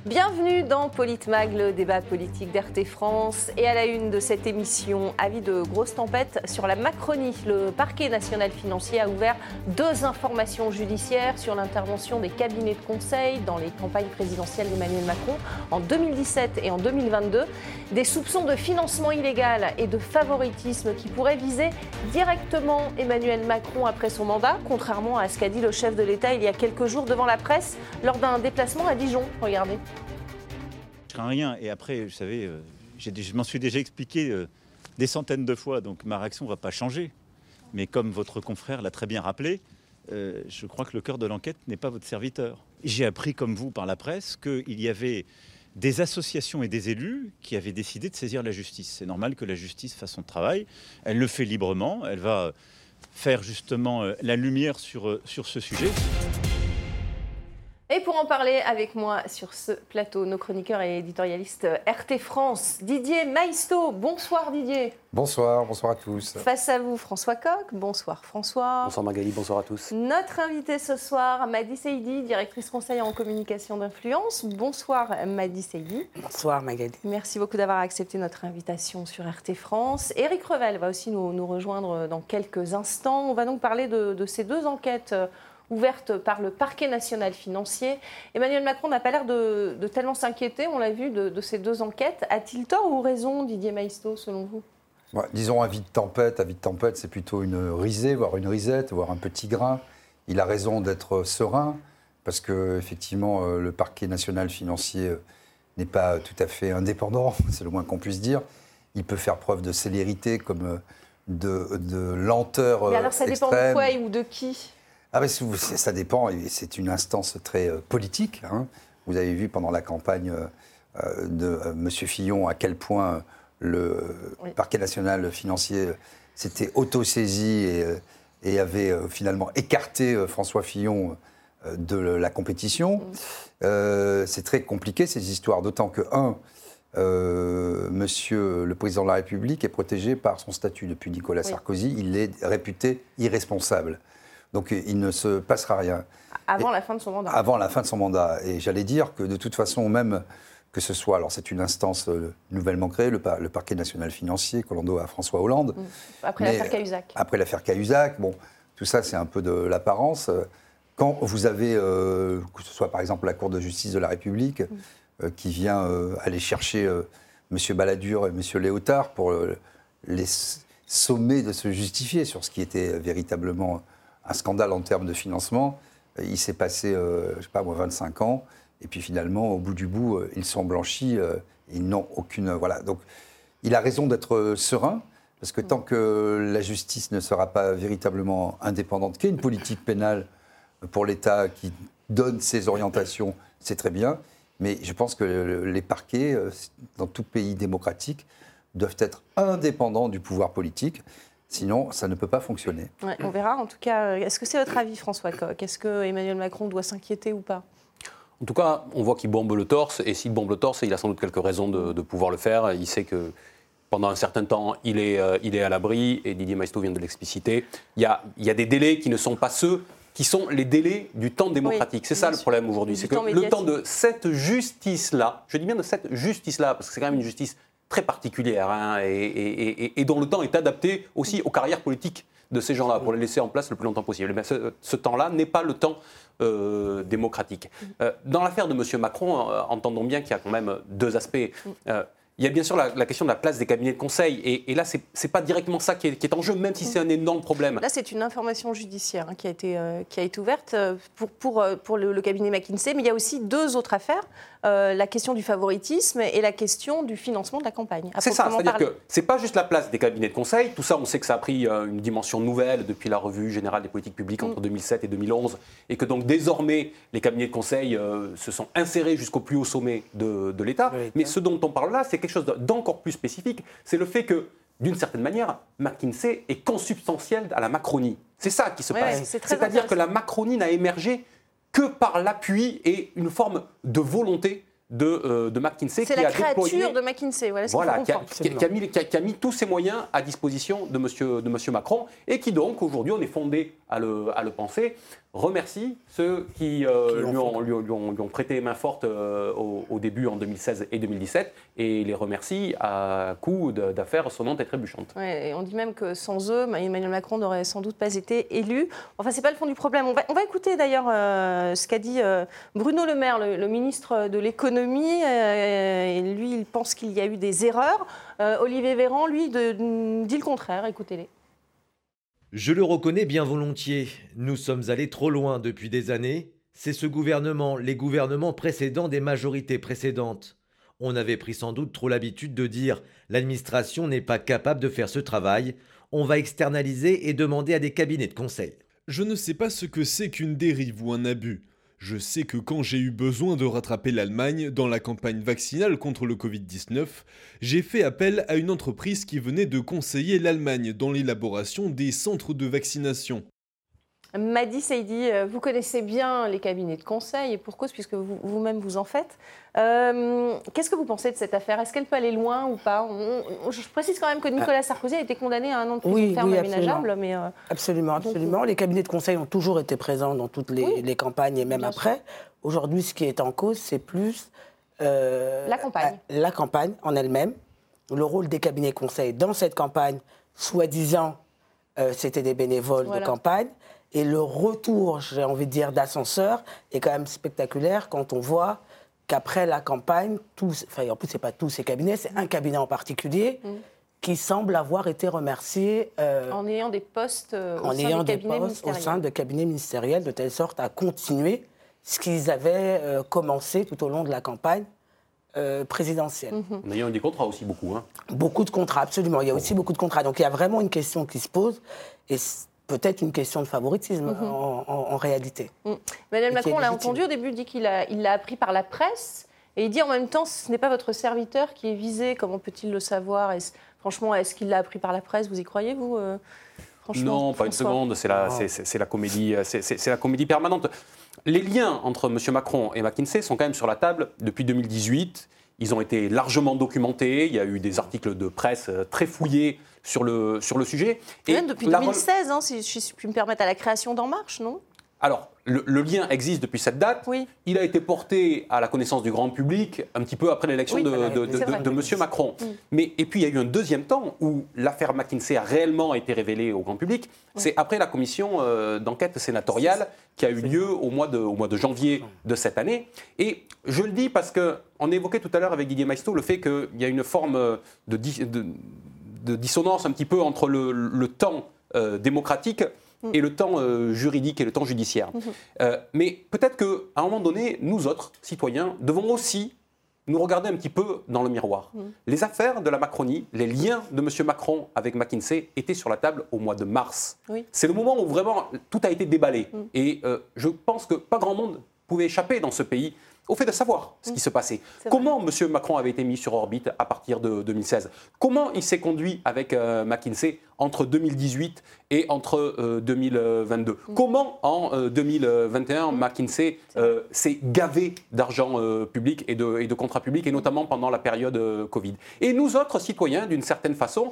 Bienvenue dans Politmag, le débat politique d'RT France. Et à la une de cette émission, avis de grosse tempête sur la Macronie. Le parquet national financier a ouvert 2 informations judiciaires sur l'intervention des cabinets de conseil dans les campagnes présidentielles d'Emmanuel Macron en 2017 et en 2022. Des soupçons de financement illégal et de favoritisme qui pourraient viser directement Emmanuel Macron après son mandat, contrairement à ce qu'a dit le chef de l'État il y a quelques jours devant la presse lors d'un déplacement à Dijon. Regardez. Je crains rien. Et après, vous savez, je m'en suis déjà expliqué des centaines de fois, donc ma réaction ne va pas changer. Mais comme votre confrère l'a très bien rappelé, je crois que le cœur de l'enquête n'est pas votre serviteur. J'ai appris, comme vous, par la presse, qu'il y avait des associations et des élus qui avaient décidé de saisir la justice. C'est normal que la justice fasse son travail. Elle le fait librement. Elle va faire justement la lumière sur ce sujet. Et pour en parler avec moi sur ce plateau, nos chroniqueurs et éditorialistes RT France, Didier Maistot. Bonsoir Didier. Bonsoir à tous. Face à vous, François Coq. Bonsoir François. Bonsoir Magali, bonsoir à tous. Notre invitée ce soir, Mady Seidi, directrice conseil en communication d'influence. Bonsoir Mady Seidi. Bonsoir Magali. Merci beaucoup d'avoir accepté notre invitation sur RT France. Éric Revel va aussi nous rejoindre dans quelques instants. On va donc parler de ces 2 enquêtes ouverte par le parquet national financier. Emmanuel Macron n'a pas l'air de tellement s'inquiéter, on l'a vu, de ces 2 enquêtes. A-t-il tort ou raison, Didier Maistot, selon vous ? Disons avis de tempête, c'est plutôt une risée, voire une risette, voire un petit grain. Il a raison d'être serein, parce qu'effectivement, le parquet national financier n'est pas tout à fait indépendant, c'est le moins qu'on puisse dire. Il peut faire preuve de célérité comme de lenteur extrême. Mais alors ça dépend de quoi ou de qui ? Ça dépend, et c'est une instance très politique. Vous avez vu pendant la campagne de M. Fillon à quel point le parquet national financier s'était autosaisi et avait finalement écarté François Fillon de la compétition. C'est très compliqué ces histoires, d'autant que, Monsieur le Président de la République est protégé par son statut depuis Nicolas Sarkozy. Il est réputé irresponsable. Donc il ne se passera rien. Avant la fin de son mandat. Avant la fin de son mandat. Et j'allais dire que de toute façon, même que ce soit, alors c'est une instance nouvellement créée, le parquet national financier, qu'on doit à François Hollande. Après l'affaire Cahuzac. Après l'affaire Cahuzac, tout ça c'est un peu de l'apparence. Quand vous avez, que ce soit par exemple la Cour de justice de la République, qui vient aller chercher M. Balladur et M. Léotard pour les sommer de se justifier sur ce qui était véritablement un scandale en termes de financement. Il s'est passé, 25 ans, et puis finalement, au bout du bout, ils sont blanchis, ils n'ont aucune... Voilà. Donc, il a raison d'être serein, parce que tant que la justice ne sera pas véritablement indépendante, qu'il y ait une politique pénale pour l'État qui donne ses orientations, c'est très bien, mais je pense que les parquets, dans tout pays démocratique, doivent être indépendants du pouvoir politique. Sinon, ça ne peut pas fonctionner. Ouais, on verra. En tout cas, est-ce que c'est votre avis, François Coq ? Est-ce que Emmanuel Macron doit s'inquiéter ou pas ? En tout cas, on voit qu'il bombe le torse. Et s'il bombe le torse, il a sans doute quelques raisons de pouvoir le faire. Il sait que pendant un certain temps, il est à l'abri. Et Didier Maistot vient de l'expliciter. Il y a des délais qui ne sont pas ceux qui sont les délais du temps démocratique. C'est ça le problème aujourd'hui. C'est que le temps de cette justice-là, je dis bien de cette justice-là, parce que c'est quand même une justice très particulière et dont le temps est adapté aussi aux carrières politiques de ces gens-là pour les laisser en place le plus longtemps possible. Mais ce temps-là n'est pas le temps démocratique. Dans l'affaire de M. Macron, entendons bien qu'il y a quand même 2 aspects. Il y a bien sûr la question de la place des cabinets de conseil. Et là, ce n'est pas directement ça qui est en jeu, même si c'est un énorme problème. Là, c'est une information judiciaire qui a été ouverte pour le cabinet McKinsey. Mais il y a aussi 2 autres affaires. La question du favoritisme et la question du financement de la campagne. C'est ça, c'est-à-dire que ce n'est pas juste la place des cabinets de conseil. Tout ça, on sait que ça a pris une dimension nouvelle depuis la Revue générale des politiques publiques entre 2007 et 2011. Et que donc désormais, les cabinets de conseil se sont insérés jusqu'au plus haut sommet de l'État. Mais ce dont on parle là, c'est quelque chose d'encore plus spécifique. C'est le fait que, d'une certaine manière, McKinsey est consubstantiel à la Macronie. C'est ça qui se passe. C'est-à-dire que la Macronie n'a émergé que par l'appui et une forme de volonté de McKinsey. C'est la créature de McKinsey. Voilà, qui a mis tous ses moyens à disposition de monsieur Macron et qui donc, aujourd'hui, on est fondé à le penser, remercie ceux qui lui ont prêté main forte au début en 2016 et 2017 et les remercie à coup d'affaires sonnantes et trébuchantes. Ouais, et on dit même que sans eux, Emmanuel Macron n'aurait sans doute pas été élu. Enfin, c'est pas le fond du problème. On va écouter d'ailleurs ce qu'a dit Bruno Le Maire, le ministre de l'économie. Et lui, il pense qu'il y a eu des erreurs. Olivier Véran, lui, dit le contraire. Écoutez-les. Je le reconnais bien volontiers, nous sommes allés trop loin depuis des années. C'est ce gouvernement, les gouvernements précédents des majorités précédentes. On avait pris sans doute trop l'habitude de dire « l'administration n'est pas capable de faire ce travail, on va externaliser et demander à des cabinets de conseil ». Je ne sais pas ce que c'est qu'une dérive ou un abus. Je sais que quand j'ai eu besoin de rattraper l'Allemagne dans la campagne vaccinale contre le Covid-19, j'ai fait appel à une entreprise qui venait de conseiller l'Allemagne dans l'élaboration des centres de vaccination. Madi Saïdi, vous connaissez bien les cabinets de conseil, et pour cause, puisque vous-même vous en faites. Qu'est-ce que vous pensez de cette affaire? Est-ce qu'elle peut aller loin ou pas? Je précise quand même que Nicolas Sarkozy a été condamné à 1 an de prison ferme aménageable. Mais absolument. Les cabinets de conseil ont toujours été présents dans toutes les campagnes et même après. Aujourd'hui, ce qui est en cause, c'est plus la campagne. La campagne en elle-même, le rôle des cabinets de conseil dans cette campagne, soi-disant, c'était des bénévoles de campagne. Et le retour, j'ai envie de dire, d'ascenseur est quand même spectaculaire quand on voit qu'après la campagne, en plus, ce n'est pas tous ces cabinets, c'est un cabinet en particulier qui semble avoir été remercié. En ayant des postes au sein de cabinets ministériels, de telle sorte à continuer ce qu'ils avaient commencé tout au long de la campagne présidentielle. En ayant des contrats aussi, beaucoup. Beaucoup de contrats, absolument. Il y a aussi beaucoup de contrats. Donc il y a vraiment une question qui se pose. Et peut-être une question de favoritisme en réalité. Emmanuel Macron, on l'a entendu au début, dit qu'il l'a appris par la presse. Et il dit en même temps, ce n'est pas votre serviteur qui est visé. Comment peut-il le savoir? Franchement, est-ce qu'il l'a appris par la presse? Vous y croyez, vous Non, pas une seconde. C'est la comédie, c'est la comédie permanente. Les liens entre M. Macron et McKinsey sont quand même sur la table depuis 2018. Ils ont été largement documentés. Il y a eu des articles de presse très fouillés sur le sujet. Et même depuis 2016, si je puis me permettre, à la création d'En Marche, non? Alors, le lien existe depuis cette date. Oui. Il a été porté à la connaissance du grand public un petit peu après l'élection de M. Macron. Et puis, il y a eu un deuxième temps où l'affaire McKinsey a réellement été révélée au grand public. C'est après la commission d'enquête sénatoriale qui a eu lieu au mois de janvier de cette année. Et je le dis parce qu'on évoquait tout à l'heure avec Didier Maistre le fait qu'il y a une forme de dissonance un petit peu entre le temps démocratique et le temps juridique et le temps judiciaire. Mais peut-être qu'à un moment donné, nous autres, citoyens, devons aussi nous regarder un petit peu dans le miroir. Les affaires de la Macronie, les liens de M. Macron avec McKinsey étaient sur la table au mois de mars. C'est le moment où vraiment tout a été déballé. Et je pense que pas grand monde pouvait échapper dans ce pays au fait de savoir ce qui se passait. Comment M. Macron avait été mis sur orbite à partir de 2016? Comment il s'est conduit avec McKinsey entre 2018 et entre 2022? Comment en 2021 McKinsey s'est gavé d'argent public et de contrats publics, et notamment pendant la période Covid? Et nous autres citoyens, d'une certaine façon,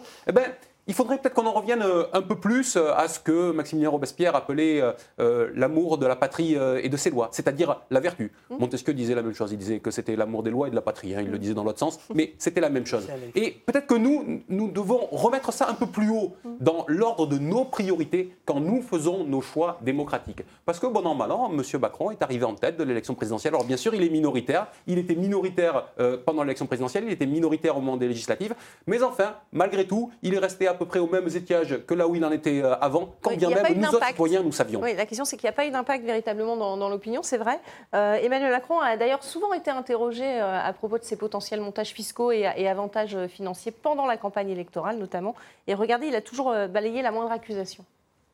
il faudrait peut-être qu'on en revienne un peu plus à ce que Maximilien Robespierre appelait l'amour de la patrie et de ses lois, c'est-à-dire la vertu. Montesquieu disait la même chose, il disait que c'était l'amour des lois et de la patrie, il le disait dans l'autre sens, mais c'était la même chose. Et peut-être que nous devons remettre ça un peu plus haut dans l'ordre de nos priorités quand nous faisons nos choix démocratiques. Parce que bon an, mal an, M. Macron est arrivé en tête de l'élection présidentielle. Alors bien sûr, il est minoritaire, il était minoritaire pendant l'élection présidentielle, il était minoritaire au moment des législatives, mais enfin, malgré tout, il est resté à peu près aux mêmes étiages que là où il en était avant, quand bien même nous autres citoyens nous savions. Oui, la question c'est qu'il n'y a pas eu d'impact véritablement dans l'opinion, c'est vrai. Emmanuel Macron a d'ailleurs souvent été interrogé à propos de ses potentiels montages fiscaux et avantages financiers pendant la campagne électorale notamment. Et regardez, il a toujours balayé la moindre accusation.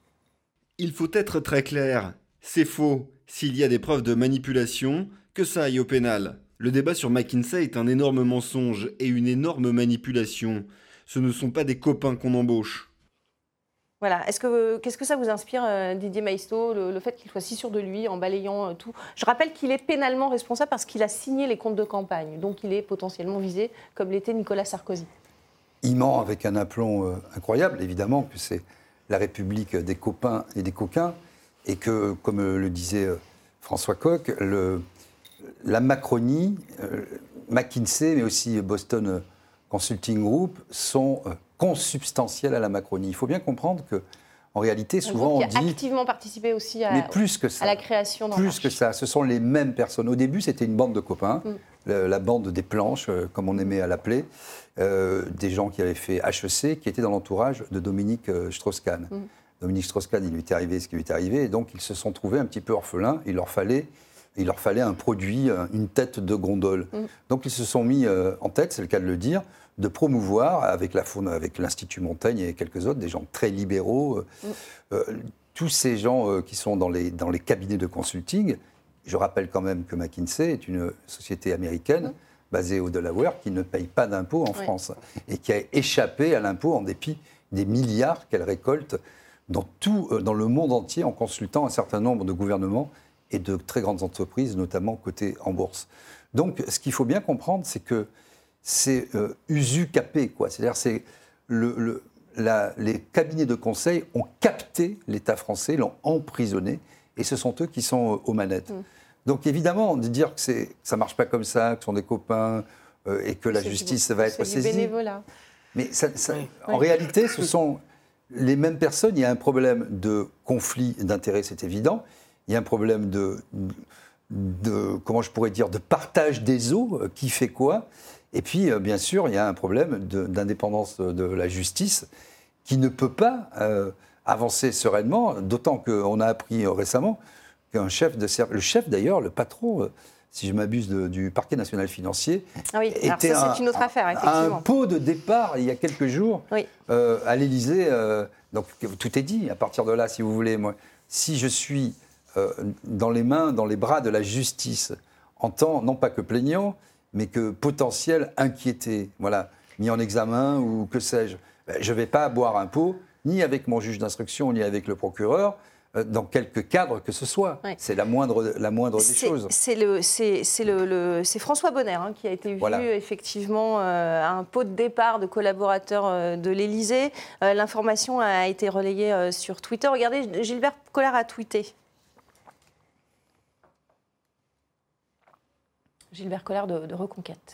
Il faut être très clair, c'est faux. S'il y a des preuves de manipulation, que ça aille au pénal. Le débat sur McKinsey est un énorme mensonge et une énorme manipulation. Ce ne sont pas des copains qu'on embauche. Voilà. Qu'est-ce que ça vous inspire, Didier Maistre, le fait qu'il soit si sûr de lui en balayant tout? Je rappelle qu'il est pénalement responsable parce qu'il a signé les comptes de campagne. Donc il est potentiellement visé, comme l'était Nicolas Sarkozy. Il ment avec un aplomb incroyable, évidemment, que c'est la République des copains et des coquins. et que, comme le disait François Coq, la Macronie, McKinsey, mais aussi Boston Consulting Group, sont consubstantiels à la Macronie. Il faut bien comprendre que, en réalité, souvent on dit... Qui a activement participé aussi à la création d'En Marche. Plus que ça, ce sont les mêmes personnes. Au début, c'était une bande de copains, la bande des planches, comme on aimait à l'appeler, des gens qui avaient fait HEC, qui étaient dans l'entourage de Dominique Strauss-Kahn. Dominique Strauss-Kahn, il lui est arrivé ce qui lui est arrivé, et donc ils se sont trouvés un petit peu orphelins. Il leur fallait un produit, une tête de gondole. Donc ils se sont mis en tête, c'est le cas de le dire, de promouvoir, avec l'Institut Montaigne et quelques autres, des gens très libéraux, tous ces gens qui sont dans les cabinets de consulting. Je rappelle quand même que McKinsey est une société américaine basée au Delaware qui ne paye pas d'impôts en France et qui a échappé à l'impôt en dépit des milliards qu'elle récolte dans le monde entier en consultant un certain nombre de gouvernements et de très grandes entreprises, notamment cotées en bourse. Donc, ce qu'il faut bien comprendre, c'est que c'est usu-capé, quoi. C'est-à-dire, les cabinets de conseil ont capté l'État français, l'ont emprisonné, et ce sont eux qui sont aux manettes. Donc, évidemment, de dire que ça ne marche pas comme ça, que ce sont des copains, et que la justice va être saisie. Bénévolat. Mais en réalité, ce sont les mêmes personnes. Il y a un problème de conflit d'intérêts, c'est évident. Il y a un problème comment je pourrais dire, de partage des eaux, qui fait quoi. Et puis, bien sûr, il y a un problème d'indépendance de la justice qui ne peut pas avancer sereinement, d'autant qu'on a appris récemment qu'un le chef d'ailleurs, le patron, si je m'abuse, du parquet national financier, était c'est une autre affaire, effectivement. Un pot de départ, il y a quelques jours, à l'Élysée. Donc, tout est dit à partir de là, si vous voulez. Moi, si je suis dans les bras de la justice, en tant, non pas que plaignant, mais que potentiel inquiété, voilà, mis en examen ou que sais-je, je ne vais pas boire un pot, ni avec mon juge d'instruction, ni avec le procureur, dans quelque cadre que ce soit. C'est la moindre des choses. C'est François Bonner qui a été vu effectivement à un pot de départ de collaborateurs de l'Élysée. L'information a été relayée sur Twitter. Regardez, Gilbert Collard a tweeté. Gilbert Collard de Reconquête.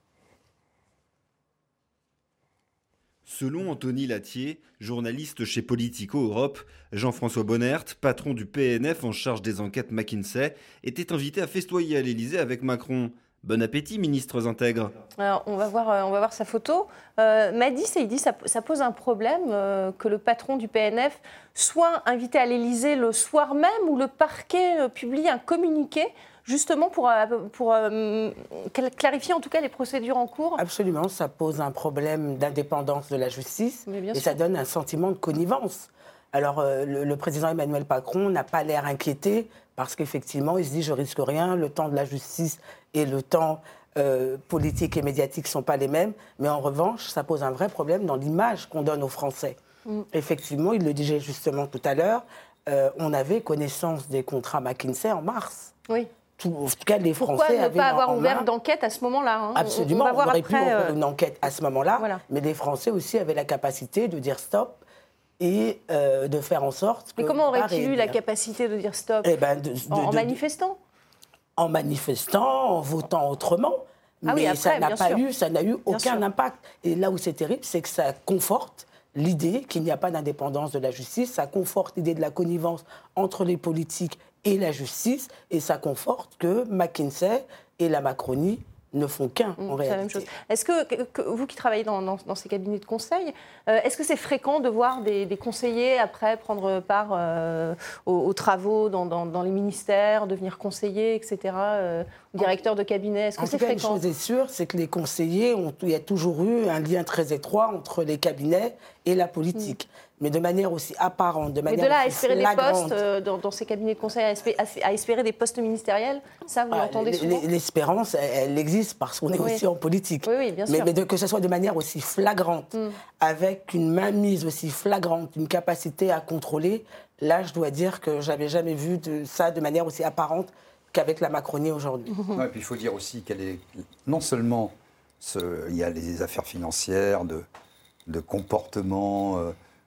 Selon Anthony Latier, journaliste chez Politico Europe, Jean-François Bonnert, patron du PNF en charge des enquêtes McKinsey, était invité à festoyer à l'Élysée avec Macron. Bon appétit, ministres intègres. Alors, on va voir sa photo. Madi Saïdi, ça pose un problème que le patron du PNF soit invité à l'Élysée le soir même où le parquet publie un communiqué justement pour clarifier en tout cas les procédures en cours. Absolument, ça pose un problème d'indépendance de la justice et ça donne un sentiment de connivence. Alors le président Emmanuel Macron n'a pas l'air inquiété parce qu'effectivement il se dit je risque rien, le temps de la justice et le temps politique et médiatique ne sont pas les mêmes, mais en revanche ça pose un vrai problème dans l'image qu'on donne aux Français. Effectivement, il le disait justement tout à l'heure, on avait connaissance des contrats McKinsey en mars. Oui. En tout cas, les Français Pourquoi ne pas avoir ouvert d'enquête à ce moment-là Absolument, on aurait pu ouvrir une enquête à ce moment-là, mais les Français aussi avaient la capacité de dire stop et de faire en sorte que... Mais comment aurait-il eu la capacité de dire stop en manifestant ? En manifestant, en votant autrement, mais ça n'a eu aucun impact. Et là où c'est terrible, c'est que ça conforte l'idée qu'il n'y a pas d'indépendance de la justice, ça conforte l'idée de la connivence entre les politiques et la justice, et ça conforte que McKinsey et la Macronie ne font qu'un, en réalité. C'est la même chose. Est-ce que vous qui travaillez dans ces cabinets de conseil, est-ce que c'est fréquent de voir des conseillers après prendre part aux travaux dans les ministères, devenir conseillers, etc., directeurs de cabinet? Est-ce que c'est fréquent? Une chose est sûre, c'est que les conseillers, il y a toujours eu un lien très étroit entre les cabinets et la politique. Mais de manière aussi apparente, de manière mais de là à aussi espérer flagrante. des postes dans ces cabinets de conseil, à espérer des postes ministériels, ça vous l'entendez souvent? L'espérance, elle existe parce qu'on est aussi en politique. Oui, bien sûr. Mais que ce soit de manière aussi flagrante, avec une mainmise aussi flagrante, une capacité à contrôler, là, je dois dire que j'avais jamais vu ça de manière aussi apparente qu'avec la Macronie aujourd'hui. Et puis il faut dire aussi qu'elle est non seulement il y a les affaires financières, de comportement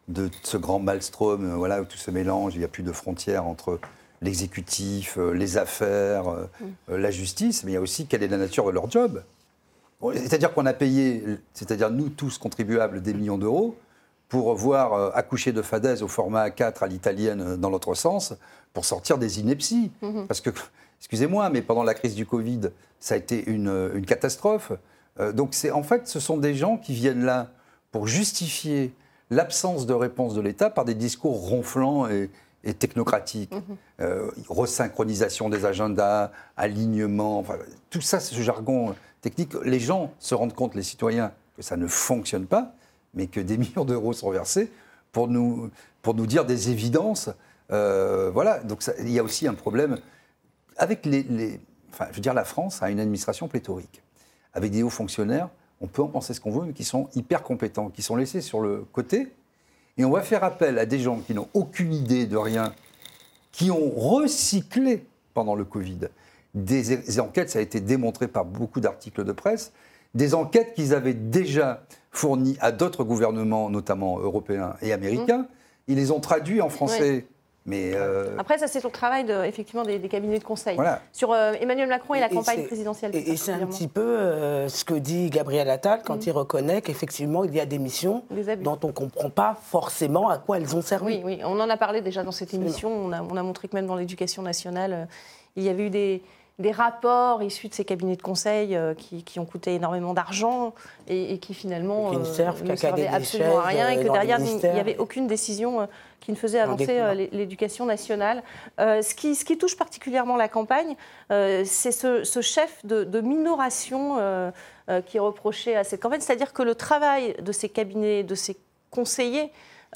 de ce grand maelstrom, voilà, où tout se mélange, il n'y a plus de frontières entre l'exécutif, les affaires, la justice, mais il y a aussi quelle est la nature de leur job. Bon, c'est-à-dire qu'on a payé, c'est-à-dire nous tous contribuables, des millions d'euros pour voir accoucher de Fadez au format A4 à l'italienne dans l'autre sens, pour sortir des inepties. Parce que, excusez-moi, mais pendant la crise du Covid, ça a été une catastrophe. Donc en fait, ce sont des gens qui viennent là pour justifier l'absence de réponse de l'État par des discours ronflants et technocratiques. Resynchronisation des agendas, alignement, enfin, tout ça, ce jargon technique. Les gens se rendent compte, les citoyens, que ça ne fonctionne pas, mais que des millions d'euros sont versés pour nous dire des évidences. Voilà, donc il y a aussi un problème avec enfin, je veux dire, la France a une administration pléthorique. Avec des hauts fonctionnaires, on peut en penser ce qu'on veut, mais qui sont hyper compétents, qui sont laissés sur le côté. Et on va faire appel à des gens qui n'ont aucune idée de rien, qui ont recyclé pendant le Covid des enquêtes, ça a été démontré par beaucoup d'articles de presse, des enquêtes qu'ils avaient déjà fournies à d'autres gouvernements, notamment européens et américains. Ils les ont traduits en français. Oui. Mais Après, ça, c'est sur le travail effectivement des cabinets de conseil. Voilà. Sur Emmanuel Macron et la campagne présidentielle. Et c'est un petit peu ce que dit Gabriel Attal quand il reconnaît qu'effectivement, il y a des missions dont on ne comprend pas forcément à quoi elles ont servi. Oui, on en a parlé déjà dans cette émission. On a montré que même dans l'éducation nationale, il y avait eu des rapports issus de ces cabinets de conseil qui ont coûté énormément d'argent et qui finalement ne servaient absolument à rien et que derrière, il n'y avait aucune décision qui ne faisait avancer l'éducation nationale. Ce qui touche particulièrement la campagne, c'est ce chef de minoration qui est reproché à cette campagne, c'est-à-dire que le travail de ces cabinets, de ces conseillers,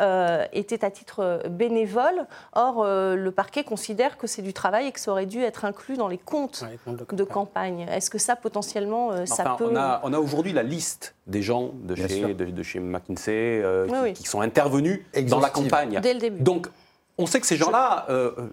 était à titre bénévole. Or, le parquet considère que c'est du travail et que ça aurait dû être inclus dans les comptes de campagne. Est-ce que ça, potentiellement, ça peut... On a aujourd'hui la liste des gens de chez McKinsey qui sont intervenus dans la campagne. Dès le début. Donc, on sait que ces gens-là,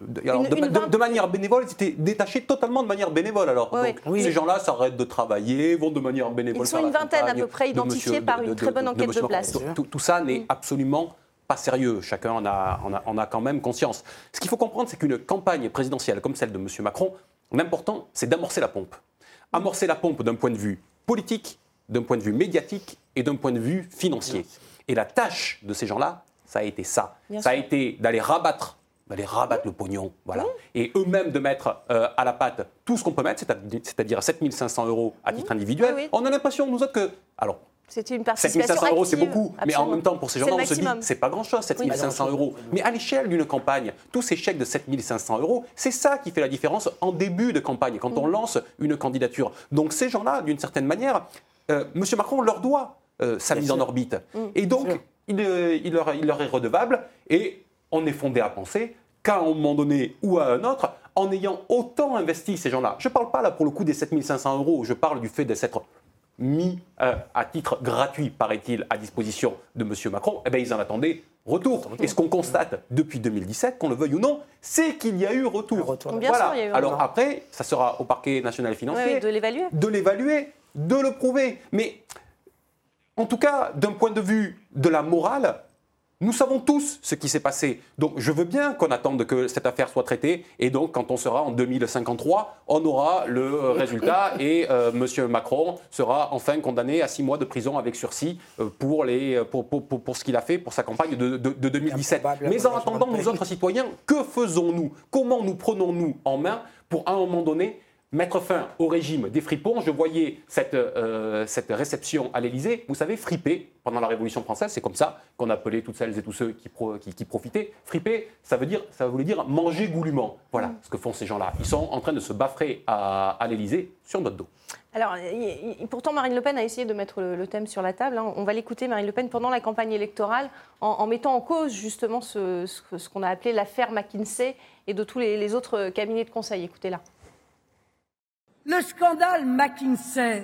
de manière bénévole, ils étaient détachés totalement de manière bénévole. Alors, ces gens-là s'arrêtent de travailler, vont de manière bénévole. Ils sont une vingtaine à peu près identifiés par une très bonne enquête de place. Tout ça n'est absolument pas sérieux. Chacun en a quand même conscience. Ce qu'il faut comprendre, c'est qu'une campagne présidentielle comme celle de M. Macron, l'important, c'est d'amorcer la pompe. Amorcer la pompe d'un point de vue politique, d'un point de vue médiatique et d'un point de vue financier. Et la tâche de ces gens-là, ça a été ça. Ça a été d'aller rabattre le pognon, voilà. Et eux-mêmes de mettre à la patte tout ce qu'on peut mettre, c'est-à-dire 7 500 € à titre individuel. On a l'impression, nous autres, que... Alors, c'était une participation 7 500 €, c'est beaucoup, absolument. Mais en même temps, pour ces gens-là, on se dit, maximum. c'est pas grand-chose, 7 500 €. Mais à l'échelle d'une campagne, tous ces chèques de 7 500 €, c'est ça qui fait la différence en début de campagne, quand on lance une candidature. Donc ces gens-là, d'une certaine manière, M. Macron leur doit sa mise en orbite. Et donc, il leur est redevable, et on est fondé à penser qu'à un moment donné ou à un autre, en ayant autant investi ces gens-là, je ne parle pas là pour le coup des 7 500 €, je parle du fait de s'être mis à titre gratuit, paraît-il, à disposition de M. Macron, eh bien, ils en attendaient retour. Et ce qu'on constate depuis 2017, qu'on le veuille ou non, c'est qu'il y a eu retour. Bien sûr, il y a eu Alors après, ça sera au parquet national financier de l'évaluer, de le prouver. Mais en tout cas, d'un point de vue de la morale, nous savons tous ce qui s'est passé. Donc je veux bien qu'on attende que cette affaire soit traitée. Et donc quand on sera en 2053, on aura le résultat et M. Macron sera enfin condamné à 6 mois de prison avec sursis pour ce qu'il a fait pour sa campagne de 2017. Mais en attendant, nous autres citoyens, que faisons-nous? Comment nous prenons-nous en main pour à un moment donné mettre fin au régime des fripons? Je voyais cette réception à l'Élysée, vous savez, friper, pendant la Révolution française, c'est comme ça qu'on appelait toutes celles et tous ceux qui profitaient. Friper, ça voulait dire manger goulûment. Voilà ce que font ces gens-là. Ils sont en train de se baffrer à l'Élysée sur notre dos. Alors, pourtant, Marine Le Pen a essayé de mettre le thème sur la table. On va l'écouter, Marine Le Pen, pendant la campagne électorale, en mettant en cause justement ce qu'on a appelé l'affaire McKinsey et de tous les autres cabinets de conseil. Écoutez-la. Le scandale McKinsey.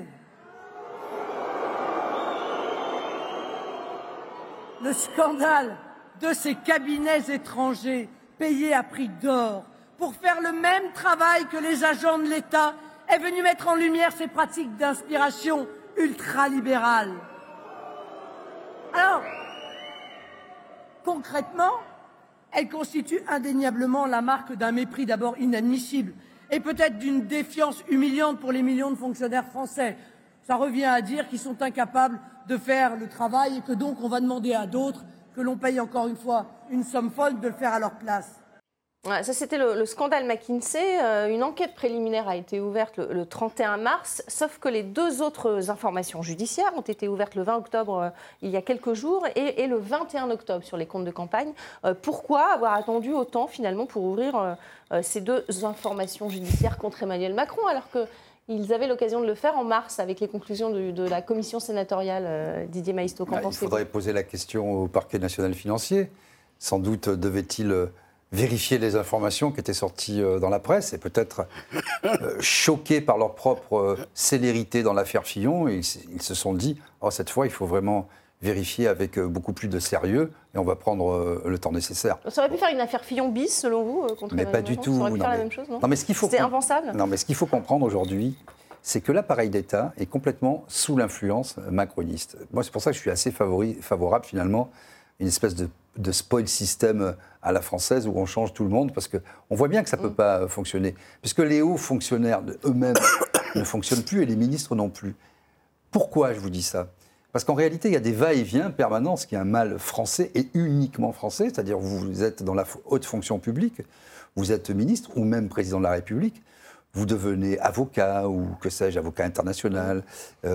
Le scandale de ces cabinets étrangers payés à prix d'or pour faire le même travail que les agents de l'État est venu mettre en lumière ces pratiques d'inspiration ultralibérale. Alors, concrètement, elle constitue indéniablement la marque d'un mépris d'abord inadmissible et peut-être d'une défiance humiliante pour les millions de fonctionnaires français. Ça revient à dire qu'ils sont incapables de faire le travail et que donc on va demander à d'autres que l'on paye encore une fois une somme folle de le faire à leur place. Ouais, ça, c'était le scandale McKinsey. Une enquête préliminaire a été ouverte le 31 mars, sauf que les 2 autres informations judiciaires ont été ouvertes le 20 octobre, il y a quelques jours, et le 21 octobre sur les comptes de campagne. Pourquoi avoir attendu autant, finalement, pour ouvrir ces 2 informations judiciaires contre Emmanuel Macron, alors qu'ils avaient l'occasion de le faire en mars avec les conclusions de la commission sénatoriale? Didier Maistre, qu'en pensez-vous? Il faudrait poser la question au parquet national financier. Sans doute devait-il vérifier les informations qui étaient sorties dans la presse et peut-être choqués par leur propre célérité dans l'affaire Fillon. Ils se sont dit, cette fois, il faut vraiment vérifier avec beaucoup plus de sérieux et on va prendre le temps nécessaire. Ça aurait pu faire une affaire Fillon bis, selon vous, contre Emmanuel Macron? Mais pas du tout. Ça aurait pu faire la même chose, non? Non, mais ce qu'il faut C'était impensable. Non, mais ce qu'il faut comprendre aujourd'hui, c'est que l'appareil d'État est complètement sous l'influence macroniste. Moi, c'est pour ça que je suis assez favorable, finalement, à une espèce de spoil system à la française où on change tout le monde, parce qu'on voit bien que ça ne peut pas fonctionner. Puisque les hauts fonctionnaires eux-mêmes ne fonctionnent plus et les ministres non plus. Pourquoi je vous dis ça? Parce qu'en réalité, il y a des va-et-vient permanents, ce qui est un mal français et uniquement français, c'est-à-dire vous êtes dans la haute fonction publique, vous êtes ministre ou même président de la République, vous devenez avocat ou que sais-je, avocat international,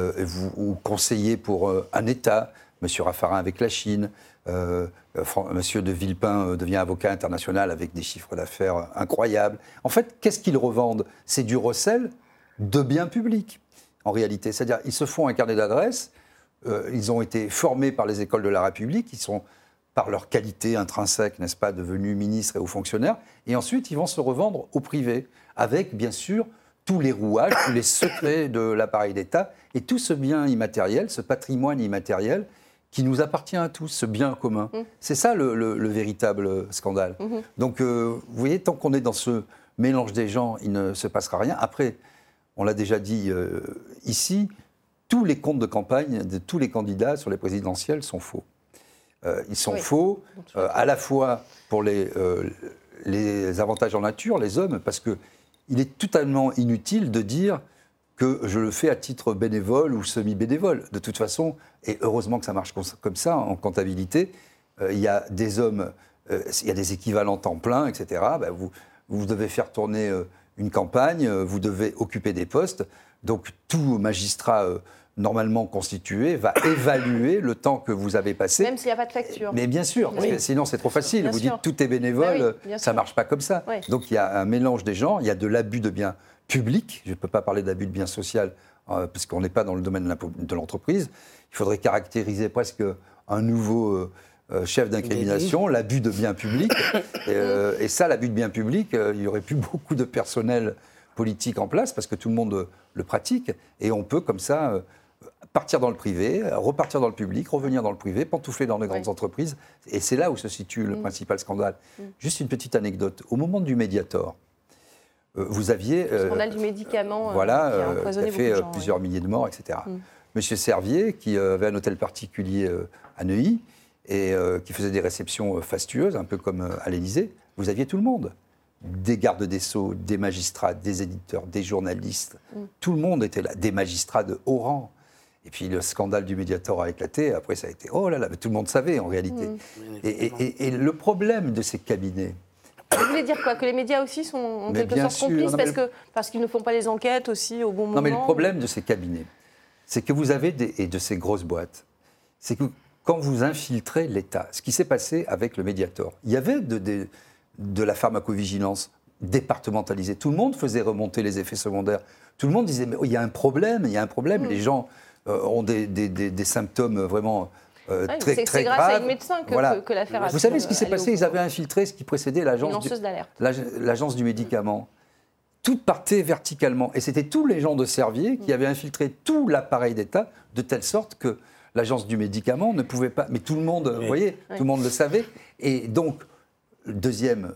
ou conseiller pour un État, M. Raffarin avec la Chine, M. de Villepin devient avocat international avec des chiffres d'affaires incroyables. En fait, qu'est-ce qu'ils revendent? C'est du recel de biens publics, en réalité. C'est-à-dire, ils se font un carnet d'adresses, ils ont été formés par les écoles de la République, ils sont, par leur qualité intrinsèque, n'est-ce pas, devenus ministres et hauts fonctionnaires, et ensuite, ils vont se revendre au privé, avec, bien sûr, tous les rouages, tous les secrets de l'appareil d'État, et tout ce bien immatériel, ce patrimoine immatériel, qui nous appartient à tous, ce bien commun. C'est ça le véritable scandale. Donc, vous voyez, tant qu'on est dans ce mélange des gens, il ne se passera rien. Après, on l'a déjà dit ici, tous les comptes de campagne de tous les candidats sur les présidentielles sont faux. Ils sont faux, à la fois pour les avantages en nature, les hommes, parce qu'il est totalement inutile de dire que je le fais à titre bénévole ou semi-bénévole. De toute façon, et heureusement que ça marche comme ça en comptabilité, il y a des hommes, il y a des équivalents temps plein, etc. Vous devez faire tourner une campagne, vous devez occuper des postes. Donc tout magistrat normalement constitué va évaluer le temps que vous avez passé. Même s'il n'y a pas de facture. Mais bien sûr, parce que sinon c'est trop facile. Vous dites tout est bénévole, ça ne marche pas comme ça. Donc il y a un mélange des genres, il y a de l'abus de biens publics. Je ne peux pas parler d'abus de biens sociaux parce qu'on n'est pas dans le domaine de l'entreprise. Il faudrait caractériser presque un nouveau chef d'incrimination, l'abus de biens publics. Et ça, l'abus de biens publics, il n'y aurait plus beaucoup de personnel politique en place parce que tout le monde le pratique. Et on peut comme ça partir dans le privé, repartir dans le public, revenir dans le privé, pantoufler dans les grandes entreprises. Et c'est là où se situe le principal scandale. Juste une petite anecdote. Au moment du Mediator, vous aviez... le scandale du médicament qui a fait plusieurs milliers de morts, etc. Monsieur Servier, qui avait un hôtel particulier à Neuilly et qui faisait des réceptions fastueuses, un peu comme à l'Élysée, vous aviez tout le monde. Des gardes des Sceaux, des magistrats, des éditeurs, des journalistes. Tout le monde était là, des magistrats de haut rang. Et puis le scandale du Mediator a éclaté. Après, ça a été, oh là là, mais tout le monde savait en réalité. Et le problème de ces cabinets... Vous voulez dire quoi? Que les médias aussi sont en quelque sorte complices parce qu'ils ne font pas les enquêtes aussi au bon moment? Non, mais le problème de ces cabinets, c'est que vous avez, et de ces grosses boîtes, c'est que quand vous infiltrez l'État, ce qui s'est passé avec le Mediator, il y avait de la pharmacovigilance départementalisée. Tout le monde faisait remonter les effets secondaires. Tout le monde disait, mais il y a un problème, il y a un problème. Les gens ont des symptômes vraiment très graves. C'est grâce à une médecin que l'affaire a pu. Vous savez ce qui s'est passé? Ils avaient infiltré ce qui précédait l'agence du médicament. Tout partait verticalement. Et c'était tous les gens de Servier qui avaient infiltré tout l'appareil d'État de telle sorte que l'agence du médicament ne pouvait pas... Mais tout le monde, vous voyez, tout le monde le savait. Et donc, le deuxième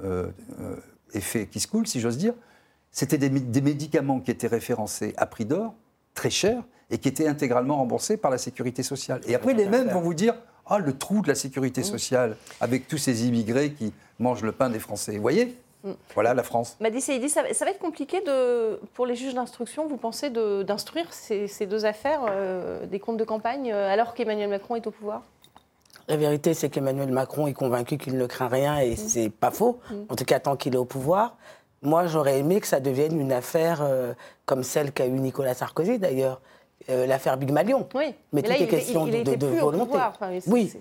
effet qui se coule, si j'ose dire, c'était des médicaments qui étaient référencés à prix d'or, très chers, et qui étaient intégralement remboursés par la sécurité sociale. Et après, les mêmes vont vous dire Ah, le trou de la sécurité sociale, avec tous ces immigrés qui mangent le pain des Français. Vous voyez ? Voilà la France. Madi Saïdi, ça va être compliqué pour les juges d'instruction, vous pensez, d'instruire ces deux affaires des comptes de campagne alors qu'Emmanuel Macron est au pouvoir ? La vérité, c'est qu'Emmanuel Macron est convaincu qu'il ne craint rien et c'est pas faux, en tout cas tant qu'il est au pouvoir. Moi, j'aurais aimé que ça devienne une affaire comme celle qu'a eue Nicolas Sarkozy d'ailleurs, l'affaire Big Malion. Oui. Mais tout est question de volonté. Oui,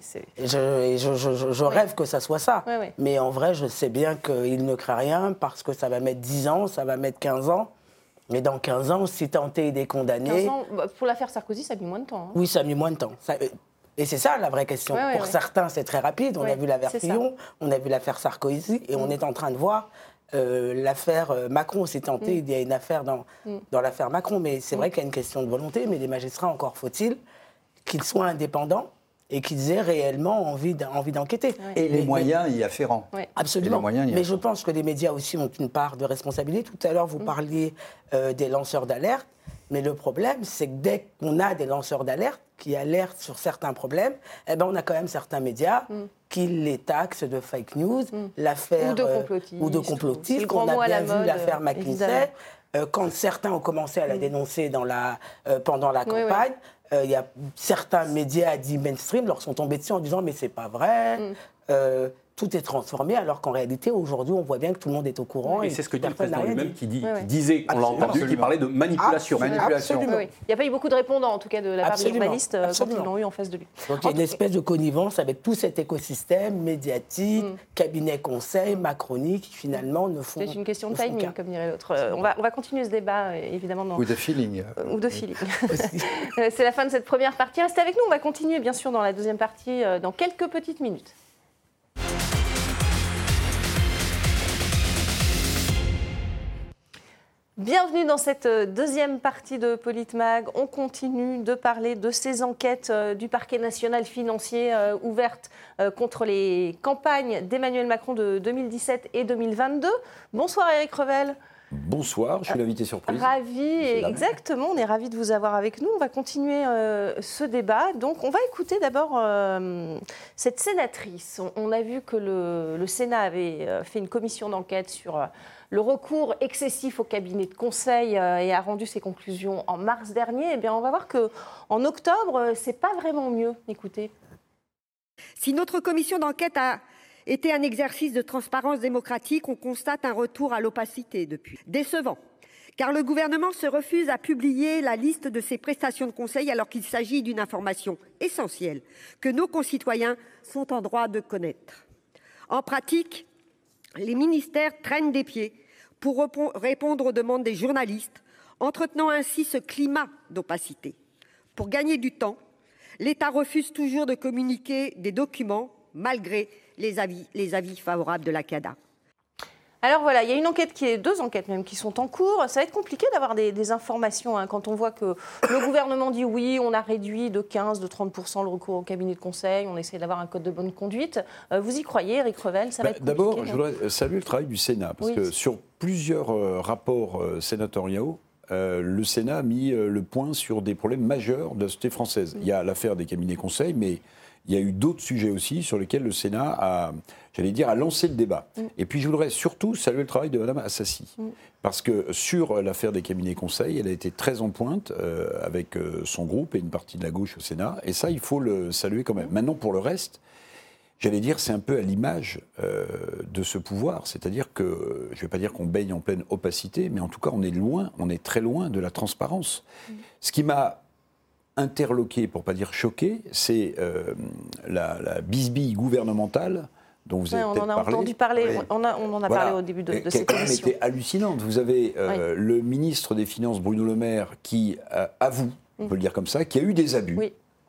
je rêve que ça soit ça. Oui. Mais en vrai, je sais bien qu'il ne craint rien parce que ça va mettre 10 ans, ça va mettre 15 ans. Mais dans 15 ans, si tenté et condamné... 15 ans, pour l'affaire Sarkozy, ça a mis moins de temps. Hein. Oui, ça a mis moins de temps. Et c'est ça la vraie question. Pour certains, c'est très rapide. On a vu l'affaire Fillon, on a vu l'affaire Sarkozy, et on est en train de voir l'affaire Macron. C'est tenté, il y a une affaire dans l'affaire Macron. Mais c'est vrai qu'il y a une question de volonté. Mais les magistrats, encore faut-il qu'ils soient indépendants et qu'ils aient réellement envie d'enquêter. Et les moyens y afférents. Absolument. Mais je pense que les médias aussi ont une part de responsabilité. Tout à l'heure, vous parliez des lanceurs d'alerte. Mais le problème, c'est que dès qu'on a des lanceurs d'alerte qui alertent sur certains problèmes, eh ben on a quand même certains médias qui les taxent de fake news, l'affaire ou de complotistes. On a bien vu l'affaire McKinsey. Quand certains ont commencé à la dénoncer pendant la campagne, il y a certains médias dits mainstream leur sont tombés dessus en disant mais c'est pas vrai. Tout est transformé, alors qu'en réalité, aujourd'hui, on voit bien que tout le monde est au courant. Et c'est ce que dit le président lui-même qui disait, on l'a entendu, qui parlait de manipulation. Absolument. Il n'y a pas eu beaucoup de répondants, en tout cas, de la part des journalistes quand ils l'ont eu en face de lui. Donc il y a une espèce de connivence avec tout cet écosystème médiatique, cabinet conseil, Macronie, qui finalement ne font... C'est une question de timing, comme dirait l'autre. On va continuer ce débat, évidemment. Ou de feeling. Ou de feeling. C'est la fin de cette première partie. Restez avec nous, on va continuer, bien sûr, dans la deuxième partie, dans quelques petites minutes. Bienvenue dans cette deuxième partie de Politmag. On continue de parler de ces enquêtes du parquet national financier ouvertes contre les campagnes d'Emmanuel Macron de 2017 et 2022. Bonsoir Éric Revel. Bonsoir, je suis l'invité surprise. Exactement, on est ravis de vous avoir avec nous. On va continuer ce débat. Donc, on va écouter d'abord cette sénatrice. On a vu que le Sénat avait fait une commission d'enquête sur le recours excessif au cabinet de conseil et a rendu ses conclusions en mars dernier. Eh bien, on va voir qu'en octobre, c'est pas vraiment mieux. Écoutez. Si notre commission d'enquête a été un exercice de transparence démocratique, on constate un retour à l'opacité depuis. Décevant, car le gouvernement se refuse à publier la liste de ses prestations de conseil alors qu'il s'agit d'une information essentielle que nos concitoyens sont en droit de connaître. En pratique, les ministères traînent des pieds pour répondre aux demandes des journalistes, entretenant ainsi ce climat d'opacité. Pour gagner du temps, l'État refuse toujours de communiquer des documents malgré les avis favorables de la CADA. Alors voilà, il y a deux enquêtes même qui sont en cours. Ça va être compliqué d'avoir des informations quand on voit que le gouvernement dit oui, on a réduit de 15, de 30% le recours au cabinet de conseil, on essaie d'avoir un code de bonne conduite. Vous y croyez, Éric Revel? Ça va être compliqué. D'abord, je voudrais saluer le travail du Sénat, parce que sur plusieurs rapports sénatoriaux, le Sénat a mis le point sur des problèmes majeurs de la société française. Il y a l'affaire des cabinets conseils, mais il y a eu d'autres sujets aussi sur lesquels le Sénat a lancé le débat. Et puis je voudrais surtout saluer le travail de Mme Assassi. Parce que sur l'affaire des cabinets conseils, elle a été très en pointe avec son groupe et une partie de la gauche au Sénat. Et ça, il faut le saluer quand même. Maintenant, pour le reste, c'est un peu à l'image de ce pouvoir. C'est-à-dire que, je ne vais pas dire qu'on baigne en pleine opacité, mais en tout cas, on est très loin de la transparence. Ce qui m'a interloqué, pour ne pas dire choqué, c'est la bisbille gouvernementale dont vous avez peut-être parlé. On en a parlé au début de cette émission. Qui était hallucinante. Vous avez le ministre des Finances, Bruno Le Maire, qui avoue, on peut le dire comme ça, qu'il y a eu des abus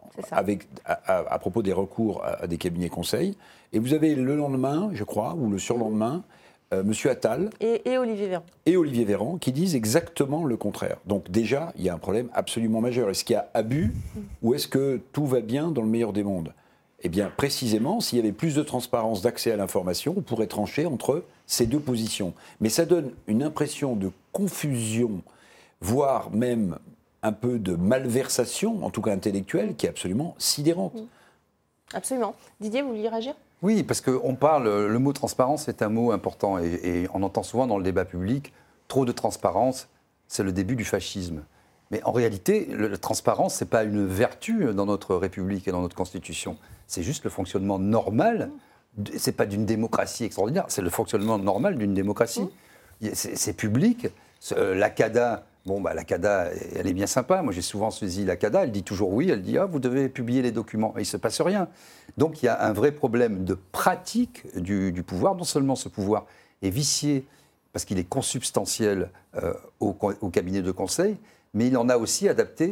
à propos des recours à des cabinets conseils. Et vous avez le lendemain, je crois, ou le surlendemain, Monsieur Attal et Olivier Véran. Et Olivier Véran qui disent exactement le contraire. Donc déjà, il y a un problème absolument majeur. Est-ce qu'il y a abus ou est-ce que tout va bien dans le meilleur des mondes? Eh bien, précisément, s'il y avait plus de transparence d'accès à l'information, on pourrait trancher entre ces deux positions. Mais ça donne une impression de confusion, voire même un peu de malversation, en tout cas intellectuelle, qui est absolument sidérante. Absolument. Didier, vous vouliez réagir ? Oui, parce qu'on parle, le mot transparence est un mot important et on entend souvent dans le débat public, trop de transparence, c'est le début du fascisme. Mais en réalité, la transparence, ce n'est pas une vertu dans notre République et dans notre Constitution. C'est juste le fonctionnement normal. Ce n'est pas d'une démocratie extraordinaire, c'est le fonctionnement normal d'une démocratie. C'est public. La CADA, la CADA, elle est bien sympa. Moi, j'ai souvent saisi la CADA. Elle dit toujours oui. Elle dit vous devez publier les documents. Et il ne se passe rien. Donc, il y a un vrai problème de pratique du pouvoir. Non seulement ce pouvoir est vicié parce qu'il est consubstantiel au cabinet de conseil, mais il en a aussi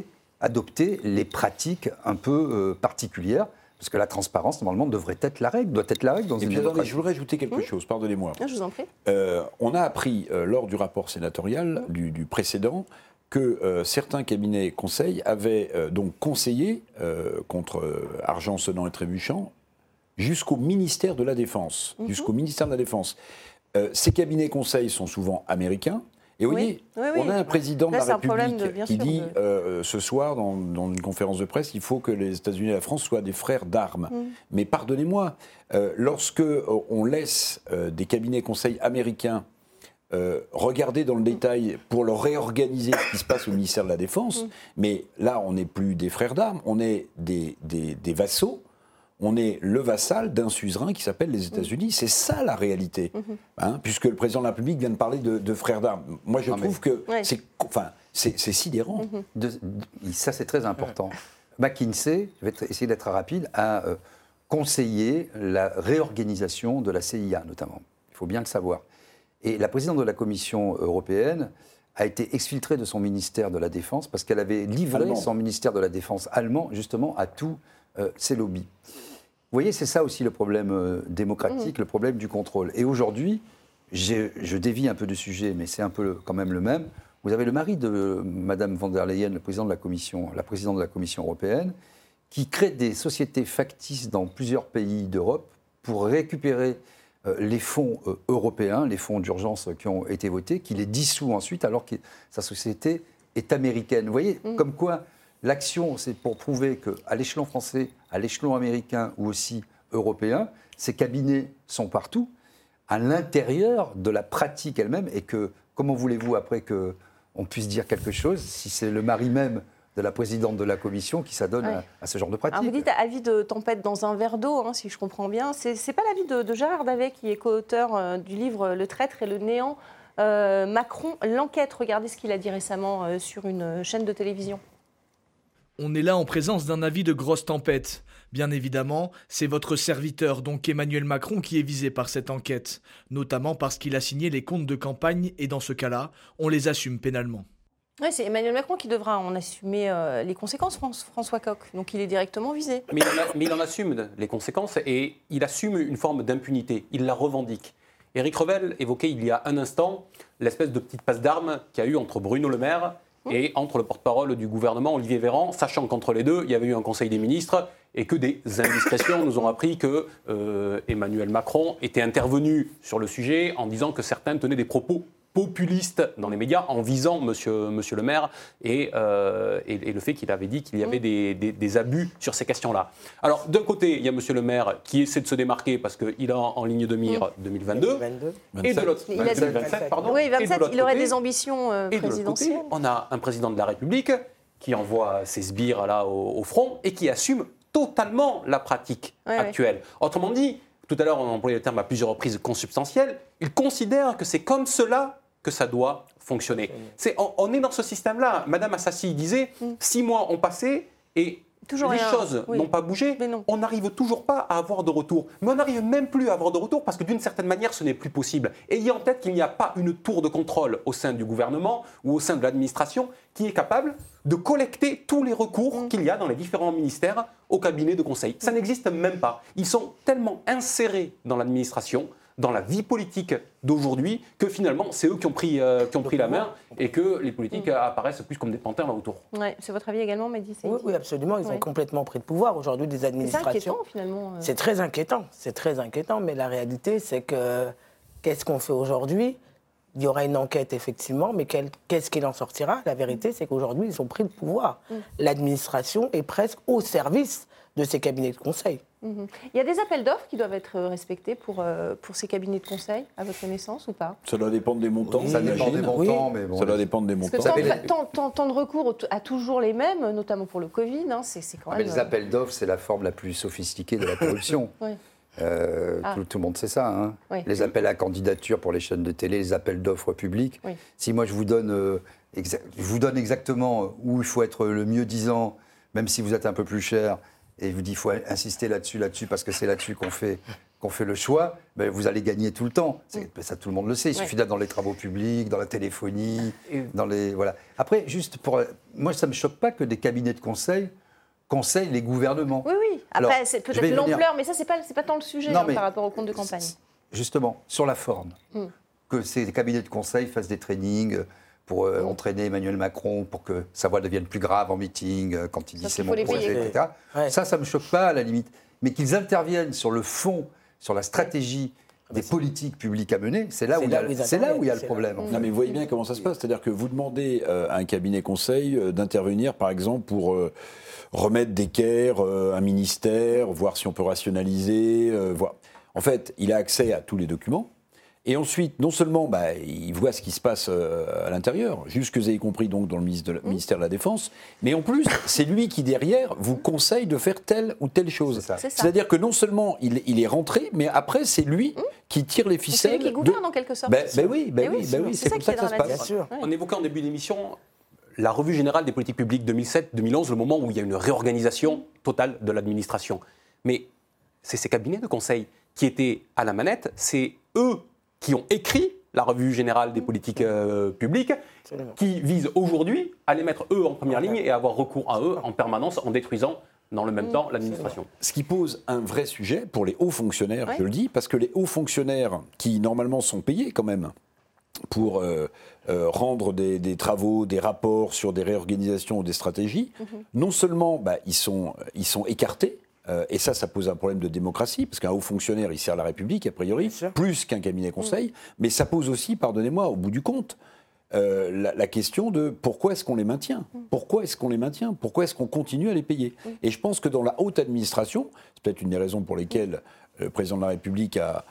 adopté les pratiques un peu particulières. Parce que la transparence, normalement, devrait être la règle, doit être la règle dans une démocratie. Je voudrais ajouter quelque chose, pardonnez-moi. Je vous en prie. On a appris, lors du rapport sénatorial du précédent, que certains cabinets conseils avaient donc conseillé, contre argent sonnant et trébuchant, jusqu'au ministère de la Défense. Jusqu'au ministère de la Défense. Ces cabinets conseils sont souvent américains. Et vous voyez, on a un président de la République qui dit ce soir, dans une conférence de presse, il faut que les États-Unis et la France soient des frères d'armes. Mais pardonnez-moi, lorsque on laisse des cabinets conseils américains regarder dans le détail pour leur réorganiser ce qui se passe au ministère de la Défense, mais là, on n'est plus des frères d'armes, on est des vassaux. On est le vassal d'un suzerain qui s'appelle les États-Unis. C'est ça la réalité. Puisque le président de la République vient de parler de frères d'armes. Moi, je trouve que c'est sidérant. Ça, c'est très important. McKinsey, je vais essayer d'être rapide, a conseillé la réorganisation de la CIA, notamment. Il faut bien le savoir. Et la présidente de la Commission européenne a été exfiltrée de son ministère de la Défense parce qu'elle avait livré son ministère de la Défense allemand, justement, à tous ces lobbies. Vous voyez, c'est ça aussi le problème démocratique, le problème du contrôle. Et aujourd'hui, je dévie un peu de sujet, mais c'est un peu quand même le même. Vous avez le mari de Mme von der Leyen, la présidente de la Commission européenne, qui crée des sociétés factices dans plusieurs pays d'Europe pour récupérer les fonds européens, les fonds d'urgence qui ont été votés, qui les dissout ensuite alors que sa société est américaine. Vous voyez, comme quoi l'action, c'est pour prouver qu'à l'échelon français, à l'échelon américain ou aussi européen, ces cabinets sont partout, à l'intérieur de la pratique elle-même, et que, comment voulez-vous après qu'on puisse dire quelque chose si c'est le mari même de la présidente de la Commission qui s'adonne à ce genre de pratique. Alors vous dites avis de tempête dans un verre d'eau, si je comprends bien. C'est pas l'avis de Gérard Davet, qui est co-auteur du livre « Le traître et le néant ». Macron, l'enquête, regardez ce qu'il a dit récemment sur une chaîne de télévision. On est là en présence d'un avis de grosse tempête. Bien évidemment, c'est votre serviteur, donc Emmanuel Macron, qui est visé par cette enquête, notamment parce qu'il a signé les comptes de campagne et dans ce cas-là, on les assume pénalement. Oui, c'est Emmanuel Macron qui devra en assumer les conséquences, François Coq. Donc il est directement visé. Mais il en assume les conséquences et il assume une forme d'impunité. Il la revendique. Éric Revel évoquait il y a un instant l'espèce de petite passe d'armes qu'il y a eu entre Bruno Le Maire et entre le porte-parole du gouvernement, Olivier Véran, sachant qu'entre les deux, il y avait eu un Conseil des ministres et que des indiscrétions nous ont appris que Emmanuel Macron était intervenu sur le sujet en disant que certains tenaient des propos populistes dans les médias en visant monsieur Le Maire et le fait qu'il avait dit qu'il y avait des abus sur ces questions-là. Alors, d'un côté, il y a monsieur Le Maire qui essaie de se démarquer parce qu'il a en ligne de mire 2022. Et de l'autre, 2027, pardon. Oui, 27, il aurait des ambitions présidentielles. Côté, on a un président de la République qui envoie ses sbires là au front et qui assume totalement la pratique actuelle. Autrement dit, tout à l'heure, on a employé le terme à plusieurs reprises consubstantiel. Il considère que c'est comme cela que ça doit fonctionner. On est dans ce système-là. Madame Assassi disait, 6 mois ont passé et les choses n'ont pas bougé. On n'arrive toujours pas à avoir de retour. Mais on n'arrive même plus à avoir de retour parce que d'une certaine manière, ce n'est plus possible. Ayez en tête qu'il n'y a pas une tour de contrôle au sein du gouvernement ou au sein de l'administration qui est capable de collecter tous les recours qu'il y a dans les différents ministères au cabinet de conseil. Ça n'existe même pas. Ils sont tellement insérés dans l'administration, dans la vie politique d'aujourd'hui, que finalement, c'est eux qui ont pris la main et que les politiques apparaissent plus comme des panthères là autour. Ouais, c'est votre avis également, Mehdi? Oui, absolument. Ils ont complètement pris le pouvoir aujourd'hui des administrations. C'est inquiétant, finalement. C'est très inquiétant. C'est très inquiétant. Mais la réalité, c'est que qu'est-ce qu'on fait aujourd'hui? Il y aura une enquête, effectivement, mais qu'est-ce qu'il en sortira? La vérité, c'est qu'aujourd'hui, ils ont pris le pouvoir. L'administration est presque au service de ces cabinets de conseil. Il y a des appels d'offres qui doivent être respectés pour ces cabinets de conseil, à votre connaissance, ou pas? Ça doit dépendre des montants. Ça dépend des montants, mais bon. Ça doit dépendre des montants. Parce que tant de recours à toujours les mêmes, notamment pour le Covid, c'est quand même... Mais les appels d'offres, c'est la forme la plus sophistiquée de la corruption. Oui. Tout le monde sait ça. Hein. Oui. Les appels à candidature pour les chaînes de télé, les appels d'offres publics. Oui. Si moi je vous donne exactement où il faut être le mieux disant, même si vous êtes un peu plus cher, et je vous dis qu'il faut insister là-dessus, parce que c'est là-dessus qu'on fait le choix, ben vous allez gagner tout le temps. Ça, tout le monde le sait. Il suffit d'être dans les travaux publics, dans la téléphonie, voilà. Après, moi, ça ne me choque pas que des cabinets de conseil conseillent les gouvernements. Oui. Après, c'est peut-être l'ampleur, mais ça, c'est pas tant le sujet par rapport au compte de campagne. Justement, sur la forme, que ces cabinets de conseil fassent des trainings pour entraîner Emmanuel Macron, pour que sa voix devienne plus grave en meeting, quand il dit c'est mon projet, etc. Ça ne me choque pas à la limite. Mais qu'ils interviennent sur le fond, sur la stratégie des politiques publiques à mener, c'est là où il y a le problème. Non, mais vous voyez bien comment ça se passe. C'est-à-dire que vous demandez à un cabinet conseil d'intervenir, par exemple, pour remettre d'équerre un ministère, voir si on peut rationaliser. En fait, il a accès à tous les documents. Et ensuite, non seulement il voit ce qui se passe à l'intérieur, jusque y compris donc dans le ministère de la Défense, mais en plus, c'est lui qui, derrière, vous conseille de faire telle ou telle chose. C'est-à-dire que non seulement il est rentré, mais après, c'est lui qui tire les ficelles. C'est lui qui gouverne en quelque sorte. Oui, c'est comme ça que ça se passe. On évoquait en début d'émission la revue générale des politiques publiques 2007-2011, le moment où il y a une réorganisation totale de l'administration. Mais c'est ces cabinets de conseil qui étaient à la manette, c'est eux qui ont écrit la revue générale des politiques publiques, qui visent aujourd'hui à les mettre eux en première ligne et à avoir recours à eux en permanence en détruisant dans le même temps l'administration. Ce qui pose un vrai sujet pour les hauts fonctionnaires, je le dis, parce que les hauts fonctionnaires qui normalement sont payés quand même pour rendre des travaux, des rapports sur des réorganisations ou des stratégies, non seulement ils sont écartés, et ça pose un problème de démocratie, parce qu'un haut fonctionnaire, il sert la République, a priori, plus qu'un cabinet conseil, mais ça pose aussi, pardonnez-moi, au bout du compte, la question de pourquoi est-ce qu'on les maintient ? Pourquoi est-ce qu'on les maintient ? Pourquoi est-ce qu'on continue à les payer ? Et je pense que dans la haute administration, c'est peut-être une des raisons pour lesquelles le président de la République a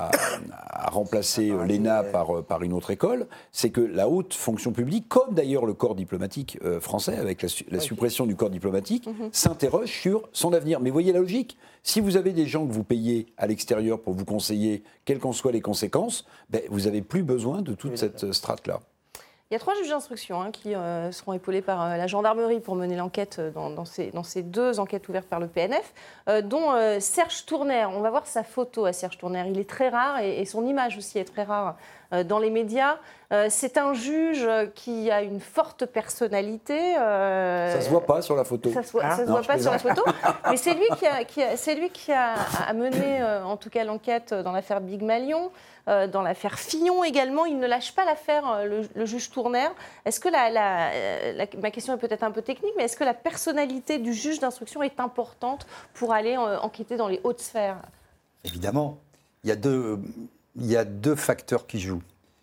remplacé l'ENA par une autre école, c'est que la haute fonction publique, comme d'ailleurs le corps diplomatique français, avec la suppression du corps diplomatique, s'interroge sur son avenir. Mais voyez la logique, si vous avez des gens que vous payez à l'extérieur pour vous conseiller, quelles qu'en soient les conséquences, vous n'avez plus besoin de toute cette strate-là. Il y a 3 juges d'instruction qui seront épaulés par la gendarmerie pour mener l'enquête dans ces 2 enquêtes ouvertes par le PNF, dont Serge Tourner. On va voir sa photo à Serge Tourner. Il est très rare et son image aussi est très rare dans les médias. C'est un juge qui a une forte personnalité. Ça se voit pas sur la photo. Ça se voit pas sur la photo, mais c'est lui qui a mené en tout cas l'enquête dans l'affaire Big Malion. Dans l'affaire Fillon également, il ne lâche pas l'affaire, le juge Tourner. Est-ce que ma question est peut-être un peu technique, mais est-ce que la personnalité du juge d'instruction est importante pour aller enquêter dans les hautes sphères ? Évidemment. Il y a deux facteurs qui jouent.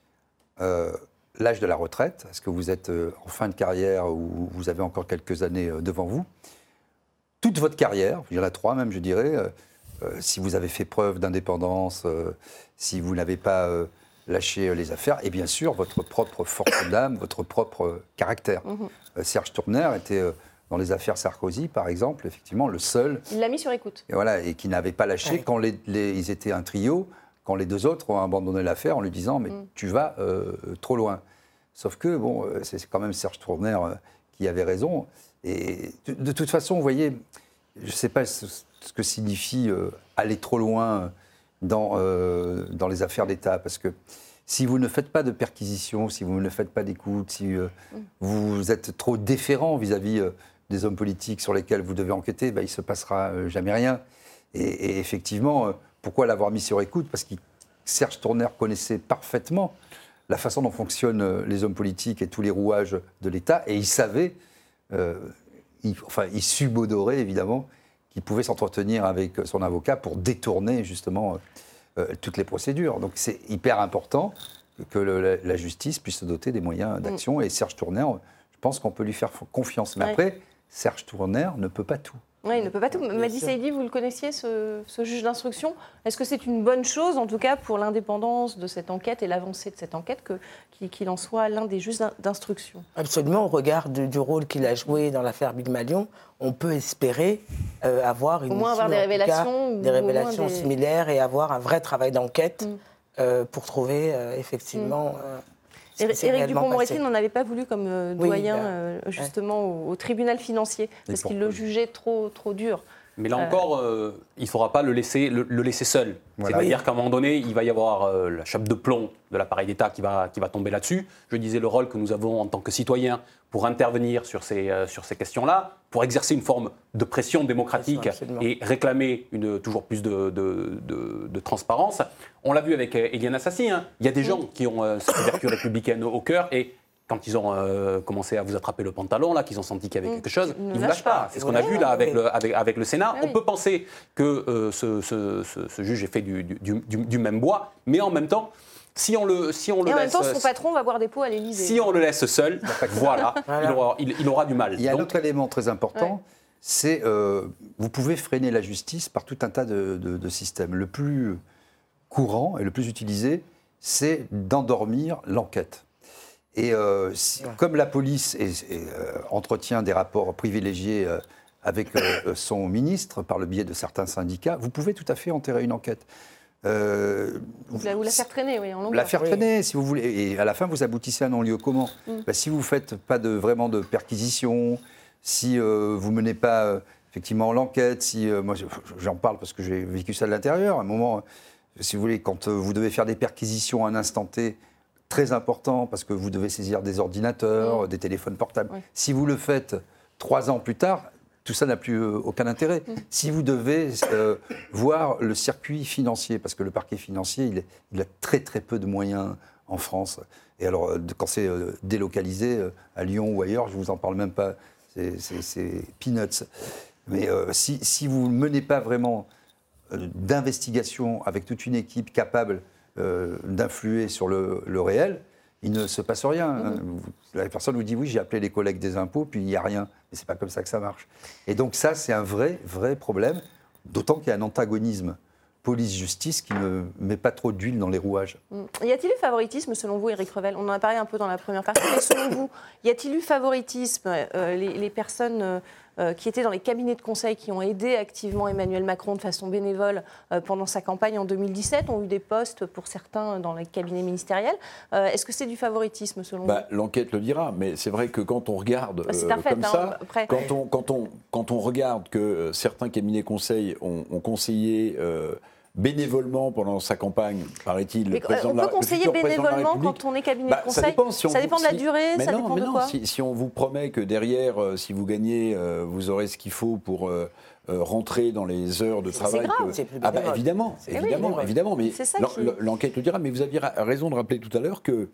L'âge de la retraite, est-ce que vous êtes en fin de carrière ou vous avez encore quelques années devant vous ? Toute votre carrière, il y en a 3 même, je dirais, si vous avez fait preuve d'indépendance, si vous n'avez pas lâché les affaires, et bien sûr, votre propre force d'âme, votre propre caractère. Serge Tourner était, dans les affaires Sarkozy, par exemple, effectivement, le seul... Il l'a mis sur écoute. Et qui n'avait pas lâché quand ils étaient un trio, quand les 2 autres ont abandonné l'affaire en lui disant « mais tu vas trop loin ». Sauf que, c'est quand même Serge Tourner qui avait raison. Et de toute façon, vous voyez, je ne sais pas ce que signifie aller trop loin dans les affaires d'État, parce que si vous ne faites pas de perquisition, si vous ne faites pas d'écoute, si vous êtes trop déférent vis-à-vis des hommes politiques sur lesquels vous devez enquêter, il ne se passera jamais rien. Et effectivement, pourquoi l'avoir mis sur écoute ? Parce que Serge Tourner connaissait parfaitement la façon dont fonctionnent les hommes politiques et tous les rouages de l'État, et il savait, il subodorait évidemment, qu'il pouvait s'entretenir avec son avocat pour détourner justement toutes les procédures. Donc c'est hyper important que la justice puisse se doter des moyens d'action. Et Serge Tourner, je pense qu'on peut lui faire confiance. Mais après, Serge Tourner ne peut pas tout. Oui, il ne peut pas tout. Mehdi Saïdi, vous le connaissiez, ce juge d'instruction. Est-ce que c'est une bonne chose, en tout cas, pour l'indépendance de cette enquête et l'avancée de cette enquête, qu'il en soit l'un des juges d'instruction? Absolument. Au regard du rôle qu'il a joué dans l'affaire Big Malion, on peut espérer avoir au moins avoir des révélations, similaires et avoir un vrai travail d'enquête pour trouver effectivement... Éric Dupond-Moretti n'en avait pas voulu comme doyen, justement, au tribunal financier, parce qu'il le jugeait trop dur. Mais là encore, il ne faudra pas le laisser seul. Voilà. C'est-à-dire qu'à un moment donné, il va y avoir la chape de plomb de l'appareil d'État qui va tomber là-dessus. Je disais le rôle que nous avons en tant que citoyens pour intervenir sur ces questions-là, pour exercer une forme de pression démocratique et réclamer toujours plus de transparence. On l'a vu avec Éliane Assassi, hein. Il y a des gens qui ont cette vertu républicaine au cœur et quand ils ont commencé à vous attraper le pantalon, là, qu'ils ont senti qu'il y avait quelque chose, ils ne vous lâchent pas. C'est ce qu'on a vu là avec le Sénat. On peut penser que ce juge est fait du même bois, mais en même temps, si on le laisse... En même temps, son patron va boire des pots à l'Élysée. Si on le laisse seul, voilà, il aura du mal. Il y a un autre élément très important, c'est vous pouvez freiner la justice par tout un tas de systèmes. Le plus courant et le plus utilisé, c'est d'endormir l'enquête. Et comme la police entretient des rapports privilégiés avec son ministre par le biais de certains syndicats, vous pouvez tout à fait enterrer une enquête. Ou la faire traîner, oui, en longueur. La faire traîner, si vous voulez. Et à la fin, vous aboutissez à non-lieu commun. Si vous ne faites pas vraiment de perquisition, si vous ne menez pas effectivement l'enquête, moi j'en parle parce que j'ai vécu ça de l'intérieur, à un moment, si vous voulez, quand vous devez faire des perquisitions à un instant T, très important, parce que vous devez saisir des ordinateurs, des téléphones portables. Si vous le faites 3 ans plus tard, tout ça n'a plus aucun intérêt. Si vous devez voir le circuit financier, parce que le parquet financier, il a très très peu de moyens en France. Et alors, quand c'est délocalisé à Lyon ou ailleurs, je ne vous en parle même pas, c'est peanuts. Mais si vous ne menez pas vraiment d'investigation avec toute une équipe capable d'influer sur le réel, il ne se passe rien. La personne vous dit oui, j'ai appelé les collègues des impôts, puis il n'y a rien. Mais ce n'est pas comme ça que ça marche. Et donc ça, c'est un vrai problème, d'autant qu'il y a un antagonisme police-justice qui ne met pas trop d'huile dans les rouages. Y a-t-il eu favoritisme, selon vous, Éric Revel? On en a parlé un peu dans la première partie, mais selon vous, y a-t-il eu favoritisme? Les personnes qui étaient dans les cabinets de conseil, qui ont aidé activement Emmanuel Macron de façon bénévole pendant sa campagne en 2017, ont eu des postes pour certains dans les cabinets ministériels. Est-ce que c'est du favoritisme, selon vous? L'enquête le dira, mais c'est vrai que quand on regarde comme ça, quand on regarde que certains cabinets conseils ont conseillé bénévolement pendant sa campagne, paraît-il, le président de la République. On peut conseiller bénévolement quand on est cabinet de conseil. Ça dépend de la durée, ça dépend de quoi. Si on vous promet que derrière, si vous gagnez, vous aurez ce qu'il faut pour rentrer dans les heures de travail. C'est grave, évidemment, mais l'enquête le dira. Mais vous aviez raison de rappeler tout à l'heure que,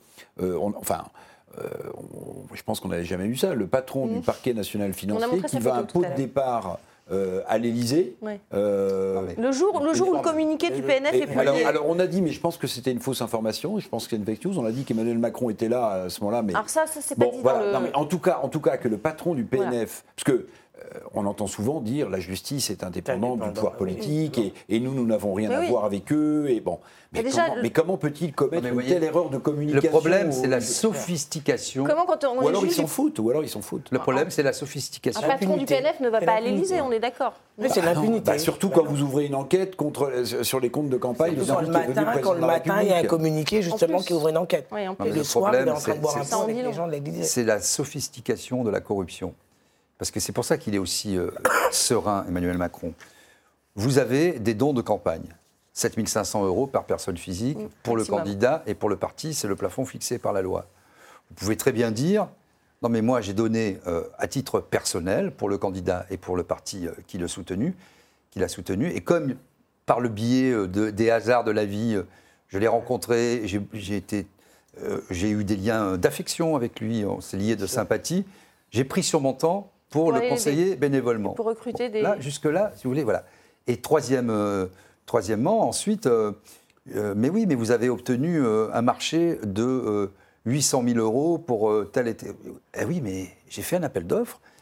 je pense qu'on n'avait jamais eu ça. Le patron du parquet national financier qui va à un pot de départ à l'Élysée. Le jour où le communiqué du PNF est publié. Alors on a dit, mais je pense que c'était une fausse information, je pense que c'est une fake news, on a dit qu'Emmanuel Macron était là à ce moment-là. Mais... Alors ça c'est pas dit dans le... Non, mais en tout cas, que le patron du PNF... Parce que on entend souvent dire la justice est indépendante du pouvoir politique et nous n'avons rien à voir avec eux. Et bon, mais comment peut-il commettre une telle erreur de communication? Le problème, c'est la sophistication. Comment quand on ou alors ils s'en foutent. Le problème, c'est la sophistication. Un patron du PNF ne va pas à l'Élysée, on est d'accord. C'est l'impunité. Surtout quand vous ouvrez une enquête sur les comptes de campagne. Quand le matin, il y a un communiqué justement qui ouvre une enquête. Et le soir, il est en train de boire un pot avec les gens de l'Élysée. C'est la sophistication de la corruption. Parce que c'est pour ça qu'il est aussi serein, Emmanuel Macron. Vous avez des dons de campagne. 7 500 € par personne physique pour le candidat et pour le parti, c'est le plafond fixé par la loi. Vous pouvez très bien dire, non mais moi j'ai donné à titre personnel pour le candidat et pour le parti qui l'a soutenu, et comme par le biais des hasards de la vie, je l'ai rencontré, j'ai eu des liens d'affection avec lui, on s'est liés de sympathie, j'ai pris sur mon temps pour le conseiller bénévolement. Pour recruter des... Là, jusque-là, si vous voulez, voilà. Et troisièmement, ensuite, mais vous avez obtenu un marché de 800 000 € pour tel et tel... Eh oui, mais j'ai fait un appel d'offres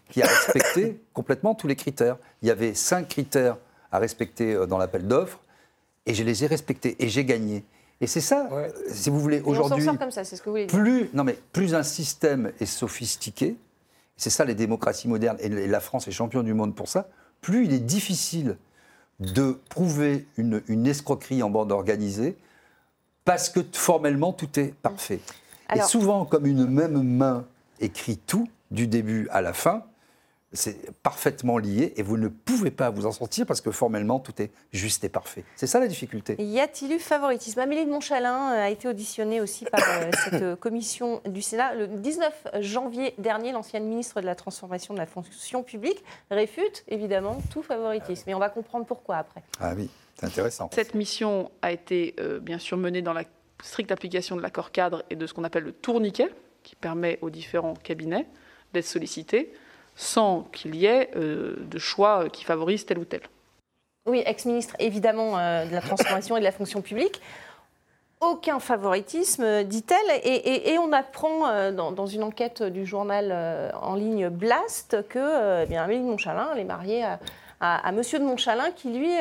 qui a respecté complètement tous les critères. Il y avait 5 critères à respecter dans l'appel d'offres, et je les ai respectés, et j'ai gagné. Et c'est ça, si vous voulez, aujourd'hui, on s'en sort comme ça, c'est ce que vous voulez dire. Plus un système est sophistiqué, c'est ça les démocraties modernes, et la France est champion du monde pour ça, plus il est difficile de prouver une escroquerie en bande organisée, parce que formellement, tout est parfait. Alors, et souvent, comme une même main écrit tout, du début à la fin, c'est parfaitement lié et vous ne pouvez pas vous en sortir parce que formellement, tout est juste et parfait. C'est ça la difficulté. Y a-t-il eu favoritisme ? Amélie de Montchalin a été auditionnée aussi par cette commission du Sénat. Le 19 janvier dernier, l'ancienne ministre de la Transformation de la fonction publique réfute évidemment tout favoritisme. Et on va comprendre pourquoi après. Ah oui, c'est intéressant. Cette mission a été bien sûr menée dans la stricte application de l'accord cadre et de ce qu'on appelle le tourniquet, qui permet aux différents cabinets d'être sollicités, sans qu'il y ait de choix qui favorisent tel ou tel. Oui, ex-ministre évidemment de la transformation et de la fonction publique. Aucun favoritisme, dit-elle. Et on apprend dans une enquête du journal en ligne Blast que Amélie de Montchalin, elle est mariée à Monsieur de Montchalin, qui lui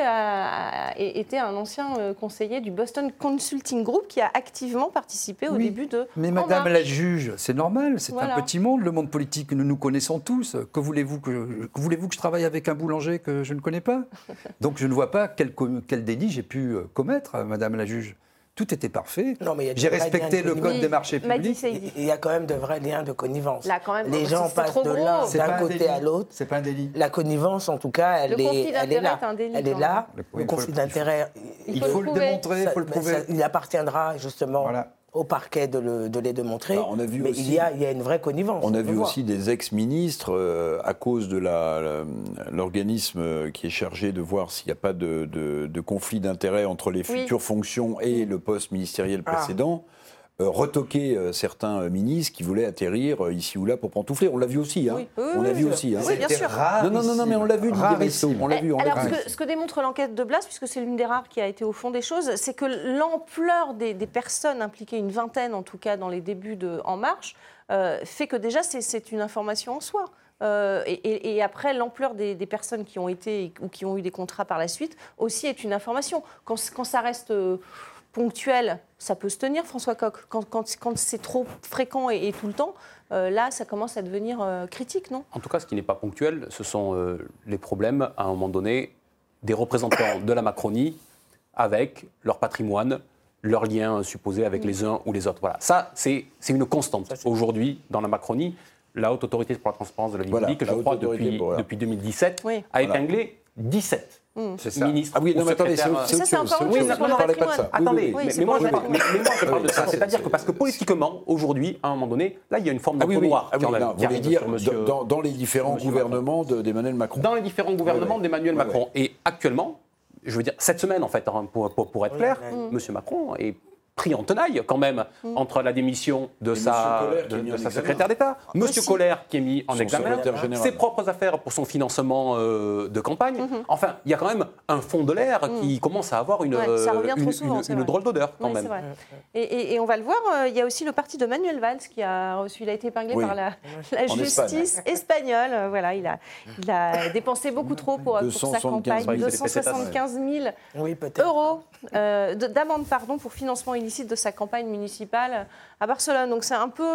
était un ancien conseiller du Boston Consulting Group, qui a activement participé au début de... Mais Madame la juge, c'est normal, c'est un petit monde, le monde politique, nous nous connaissons tous. Que voulez-vous que je travaille avec un boulanger que je ne connais pas ? Donc je ne vois pas quel délit j'ai pu commettre, Madame la juge. Tout était parfait. J'ai respecté le code des marchés publics. Il y a quand même de vrais liens de connivence. Là, quand même, les gens passent de l'un d'un côté à l'autre. C'est pas un délit. La connivence, en tout cas, elle est là. Elle est là. Le conflit d'intérêt, il faut le démontrer, il faut le prouver. Il appartiendra justement au parquet de les démontrer. Mais il y a une vraie connivence. On a vu aussi des ex-ministres, à cause de l'organisme qui est chargé de voir s'il n'y a pas de conflit d'intérêt entre les futures fonctions et le poste ministériel précédent, retoquer certains ministres qui voulaient atterrir ici ou là pour pantoufler. On l'a vu aussi. On l'a vu aussi. Oui, bien sûr. Non, mais on l'a vu, Didier Maistre. On l'a vu. Alors, ce que démontre l'enquête de Blast, puisque c'est l'une des rares qui a été au fond des choses, c'est que l'ampleur des personnes impliquées, une vingtaine en tout cas dans les débuts de En Marche, fait que déjà c'est une information en soi. Et après, l'ampleur des personnes qui ont été ou qui ont eu des contrats par la suite aussi est une information. Quand ça reste... ponctuel, ça peut se tenir, François Coq. Quand c'est trop fréquent et tout le temps, là, ça commence à devenir critique, non ? En tout cas, ce qui n'est pas ponctuel, ce sont les problèmes, à un moment donné, des représentants de la Macronie avec leur patrimoine, leurs liens supposés avec les uns ou les autres. Voilà. Ça, c'est une constante aujourd'hui dans la Macronie. La Haute Autorité pour la Transparence de la vie publique, je crois, depuis 2017, a épinglé 17 ministres. Ah oui, non, mais attendez, c'est encore une chose, on ne parlait pas de ça. Attendez, mais moi je parle de ça. C'est-à-dire que parce que politiquement, aujourd'hui, à un moment donné, là, il y a une forme d'entonnoir. Vous voulez dire dans les différents gouvernements d'Emmanuel Macron. Dans les différents gouvernements d'Emmanuel Macron. Et actuellement, je veux dire, cette semaine, en fait, pour être clair, M. Macron est pris en tenaille quand même entre la démission de sa secrétaire d'État, M. Colère qui est mis en examen, ses propres affaires pour son financement de campagne. Enfin, il y a quand même un fond de l'air qui commence à avoir une drôle d'odeur quand même. Vrai. Et on va le voir, il y a aussi le parti de Manuel Valls qui a reçu, il a été épinglé par la justice espagnole. Voilà, il a dépensé beaucoup trop pour sa campagne, 275 000 euros d'amende pour financement illicite de sa campagne municipale à Barcelone. Donc c'est un peu,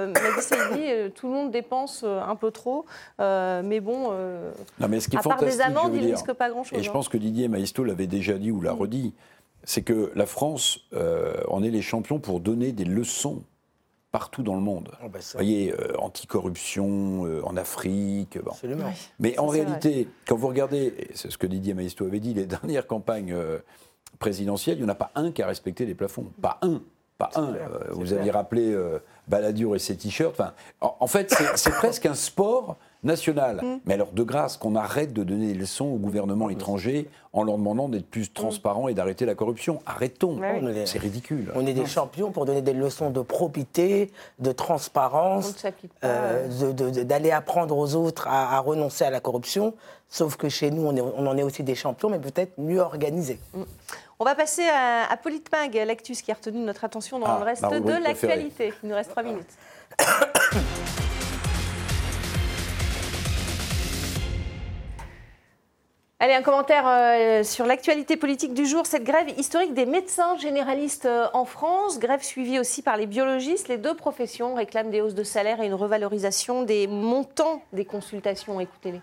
tout le monde dépense un peu trop, mais bon, non, mais ce qui est à part des amendes, il ne risque pas grand-chose. Et je pense que Didier Maistre l'avait déjà dit ou l'a redit, c'est que la France, on est les champions pour donner des leçons partout dans le monde. Vous voyez, anticorruption en Afrique. Bon. Absolument. Mais en réalité, quand vous regardez, et c'est ce que Didier Maistre avait dit, les dernières campagnes présidentielle, il n'y en a pas un qui a respecté les plafonds. Pas un. Vous aviez rappelé Balladur et ses t-shirts. Enfin, en fait, c'est presque un sport national. Mais alors, de grâce, qu'on arrête de donner des leçons au gouvernement étranger en leur demandant d'être plus transparent et d'arrêter la corruption. Arrêtons. C'est ridicule. On est des champions pour donner des leçons de probité, de transparence, d'aller apprendre aux autres à renoncer à la corruption. Sauf que chez nous, on en est aussi des champions, mais peut-être mieux organisés. On va passer à Politmag, l'actus qui a retenu notre attention dans le reste de l'actualité. Il nous reste 3 minutes. Allez, un commentaire sur l'actualité politique du jour. Cette grève historique des médecins généralistes en France, grève suivie aussi par les biologistes. Les deux professions réclament des hausses de salaire et une revalorisation des montants des consultations. Écoutez-les.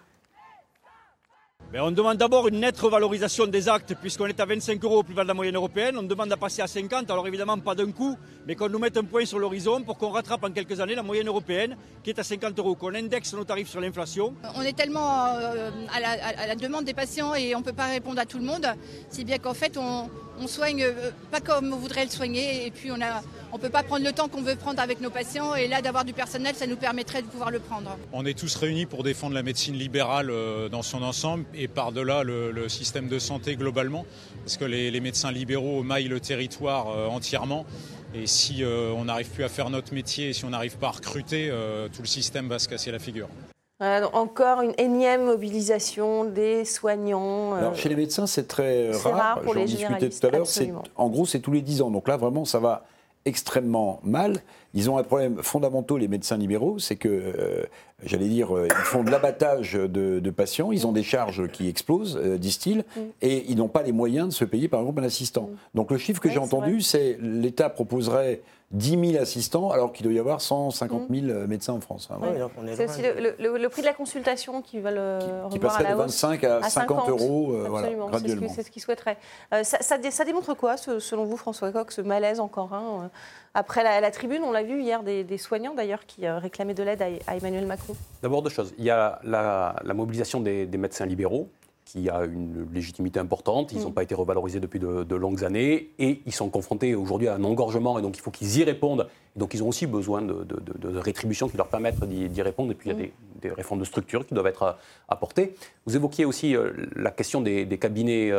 On demande d'abord une nette revalorisation des actes, puisqu'on est à 25 € au plus bas de la moyenne européenne. On demande à passer à 50, alors évidemment pas d'un coup, mais qu'on nous mette un point sur l'horizon pour qu'on rattrape en quelques années la moyenne européenne, qui est à 50 €, qu'on indexe nos tarifs sur l'inflation. On est tellement à la demande des patients et on ne peut pas répondre à tout le monde, si bien qu'en fait on soigne pas comme on voudrait le soigner, et puis on ne peut pas prendre le temps qu'on veut prendre avec nos patients, et là d'avoir du personnel, ça nous permettrait de pouvoir le prendre. On est tous réunis pour défendre la médecine libérale dans son ensemble et par-delà le système de santé globalement, parce que les médecins libéraux maillent le territoire entièrement, et si on n'arrive plus à faire notre métier, et si on n'arrive pas à recruter, tout le système va se casser la figure. Encore une énième mobilisation des soignants. Alors, chez les médecins, c'est très rare. Pour j'en les discutais tout à l'heure. En gros, c'est tous les 10 ans. Donc là, vraiment, ça va extrêmement mal. Ils ont un problème fondamental, les médecins libéraux, c'est que, ils font de l'abattage de patients, ils ont des charges qui explosent, disent-ils, et ils n'ont pas les moyens de se payer, par exemple, un assistant. Donc le chiffre que j'ai entendu, c'est l'État proposerait 10 000 assistants, alors qu'il doit y avoir 150 000 médecins en France. Ouais. C'est aussi le prix de la consultation qui va qui passerait de 25 à 50 €, graduellement. C'est ce qu'ils souhaiteraient. Ça démontre quoi, selon vous, François Coq, ce malaise encore après la tribune, on l'a vu hier, des soignants d'ailleurs qui réclamaient de l'aide à Emmanuel Macron. D'abord deux choses. Il y a la mobilisation des médecins libéraux, qui a une légitimité importante. Ils n'ont pas été revalorisés depuis de longues années et ils sont confrontés aujourd'hui à un engorgement, et donc il faut qu'ils y répondent. Et donc ils ont aussi besoin de rétributions qui leur permettent d'y répondre. Et puis il y a des réformes de structure qui doivent être apportées. Vous évoquiez aussi la question des cabinets,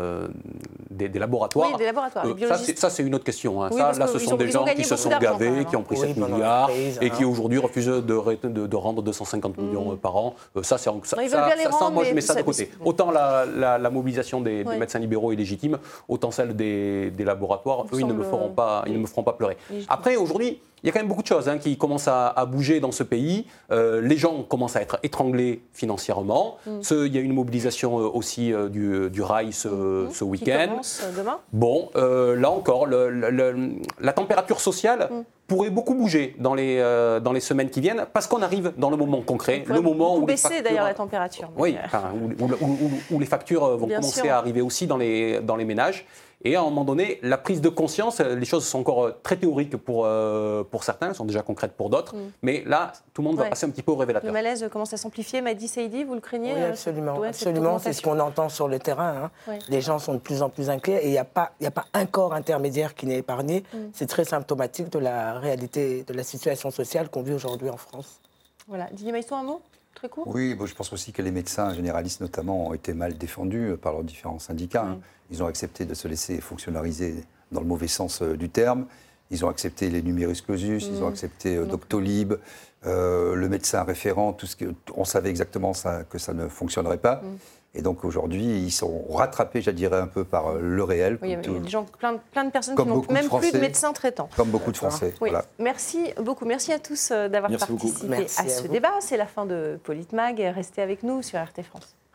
des laboratoires. Oui, des laboratoires. Ça, c'est une autre question. Hein. Oui, là, ce sont des gens qui se sont gavés, qui ont pris 7 milliards et qui aujourd'hui refusent de rendre 250 millions par an. Ça, moi, je mets ça de côté. Autant la mobilisation des médecins libéraux est légitime, autant celle des laboratoires, eux, ils ne me feront pas pleurer. Après, aujourd'hui, il y a quand même beaucoup de choses qui commencent à bouger dans ce pays. Les gens commencent à être étranglés financièrement. Il y a une mobilisation aussi du rail ce week-end. Qui commence demain. Bon, là encore, la température sociale pourrait beaucoup bouger dans les semaines qui viennent, parce qu'on arrive dans le moment concret, le moment où baisser les factures, d'ailleurs la température. Oui, où les factures vont commencer à arriver aussi dans les ménages. Et à un moment donné, la prise de conscience, les choses sont encore très théoriques pour certains, sont déjà concrètes pour d'autres, mais là, tout le monde va passer un petit peu au révélateur. Le malaise commence à s'amplifier. Mehdi Saïdi, vous le craignez? Oui, absolument. Absolument, c'est ce qu'on entend sur le terrain. Les gens sont de plus en plus inquiets et il n'y a pas un corps intermédiaire qui n'est épargné. C'est très symptomatique de la réalité, de la situation sociale qu'on vit aujourd'hui en France. Voilà. Didier Maistre, un mot très court? Oui, je pense aussi que les médecins généralistes notamment ont été mal défendus par leurs différents syndicats. Ils ont accepté de se laisser fonctionnariser dans le mauvais sens du terme. Ils ont accepté les numerus clausus, ils ont accepté Doctolib, le médecin référent, on savait exactement que ça ne fonctionnerait pas. Et donc aujourd'hui, ils sont rattrapés, je dirais, un peu par le réel. Oui, il y a des gens, plein de personnes qui n'ont même plus de médecins traitants. Comme beaucoup de Français. Oui. Voilà. Merci beaucoup. Merci à tous d'avoir participé à ce débat. C'est la fin de Politmag. Restez avec nous sur RT France.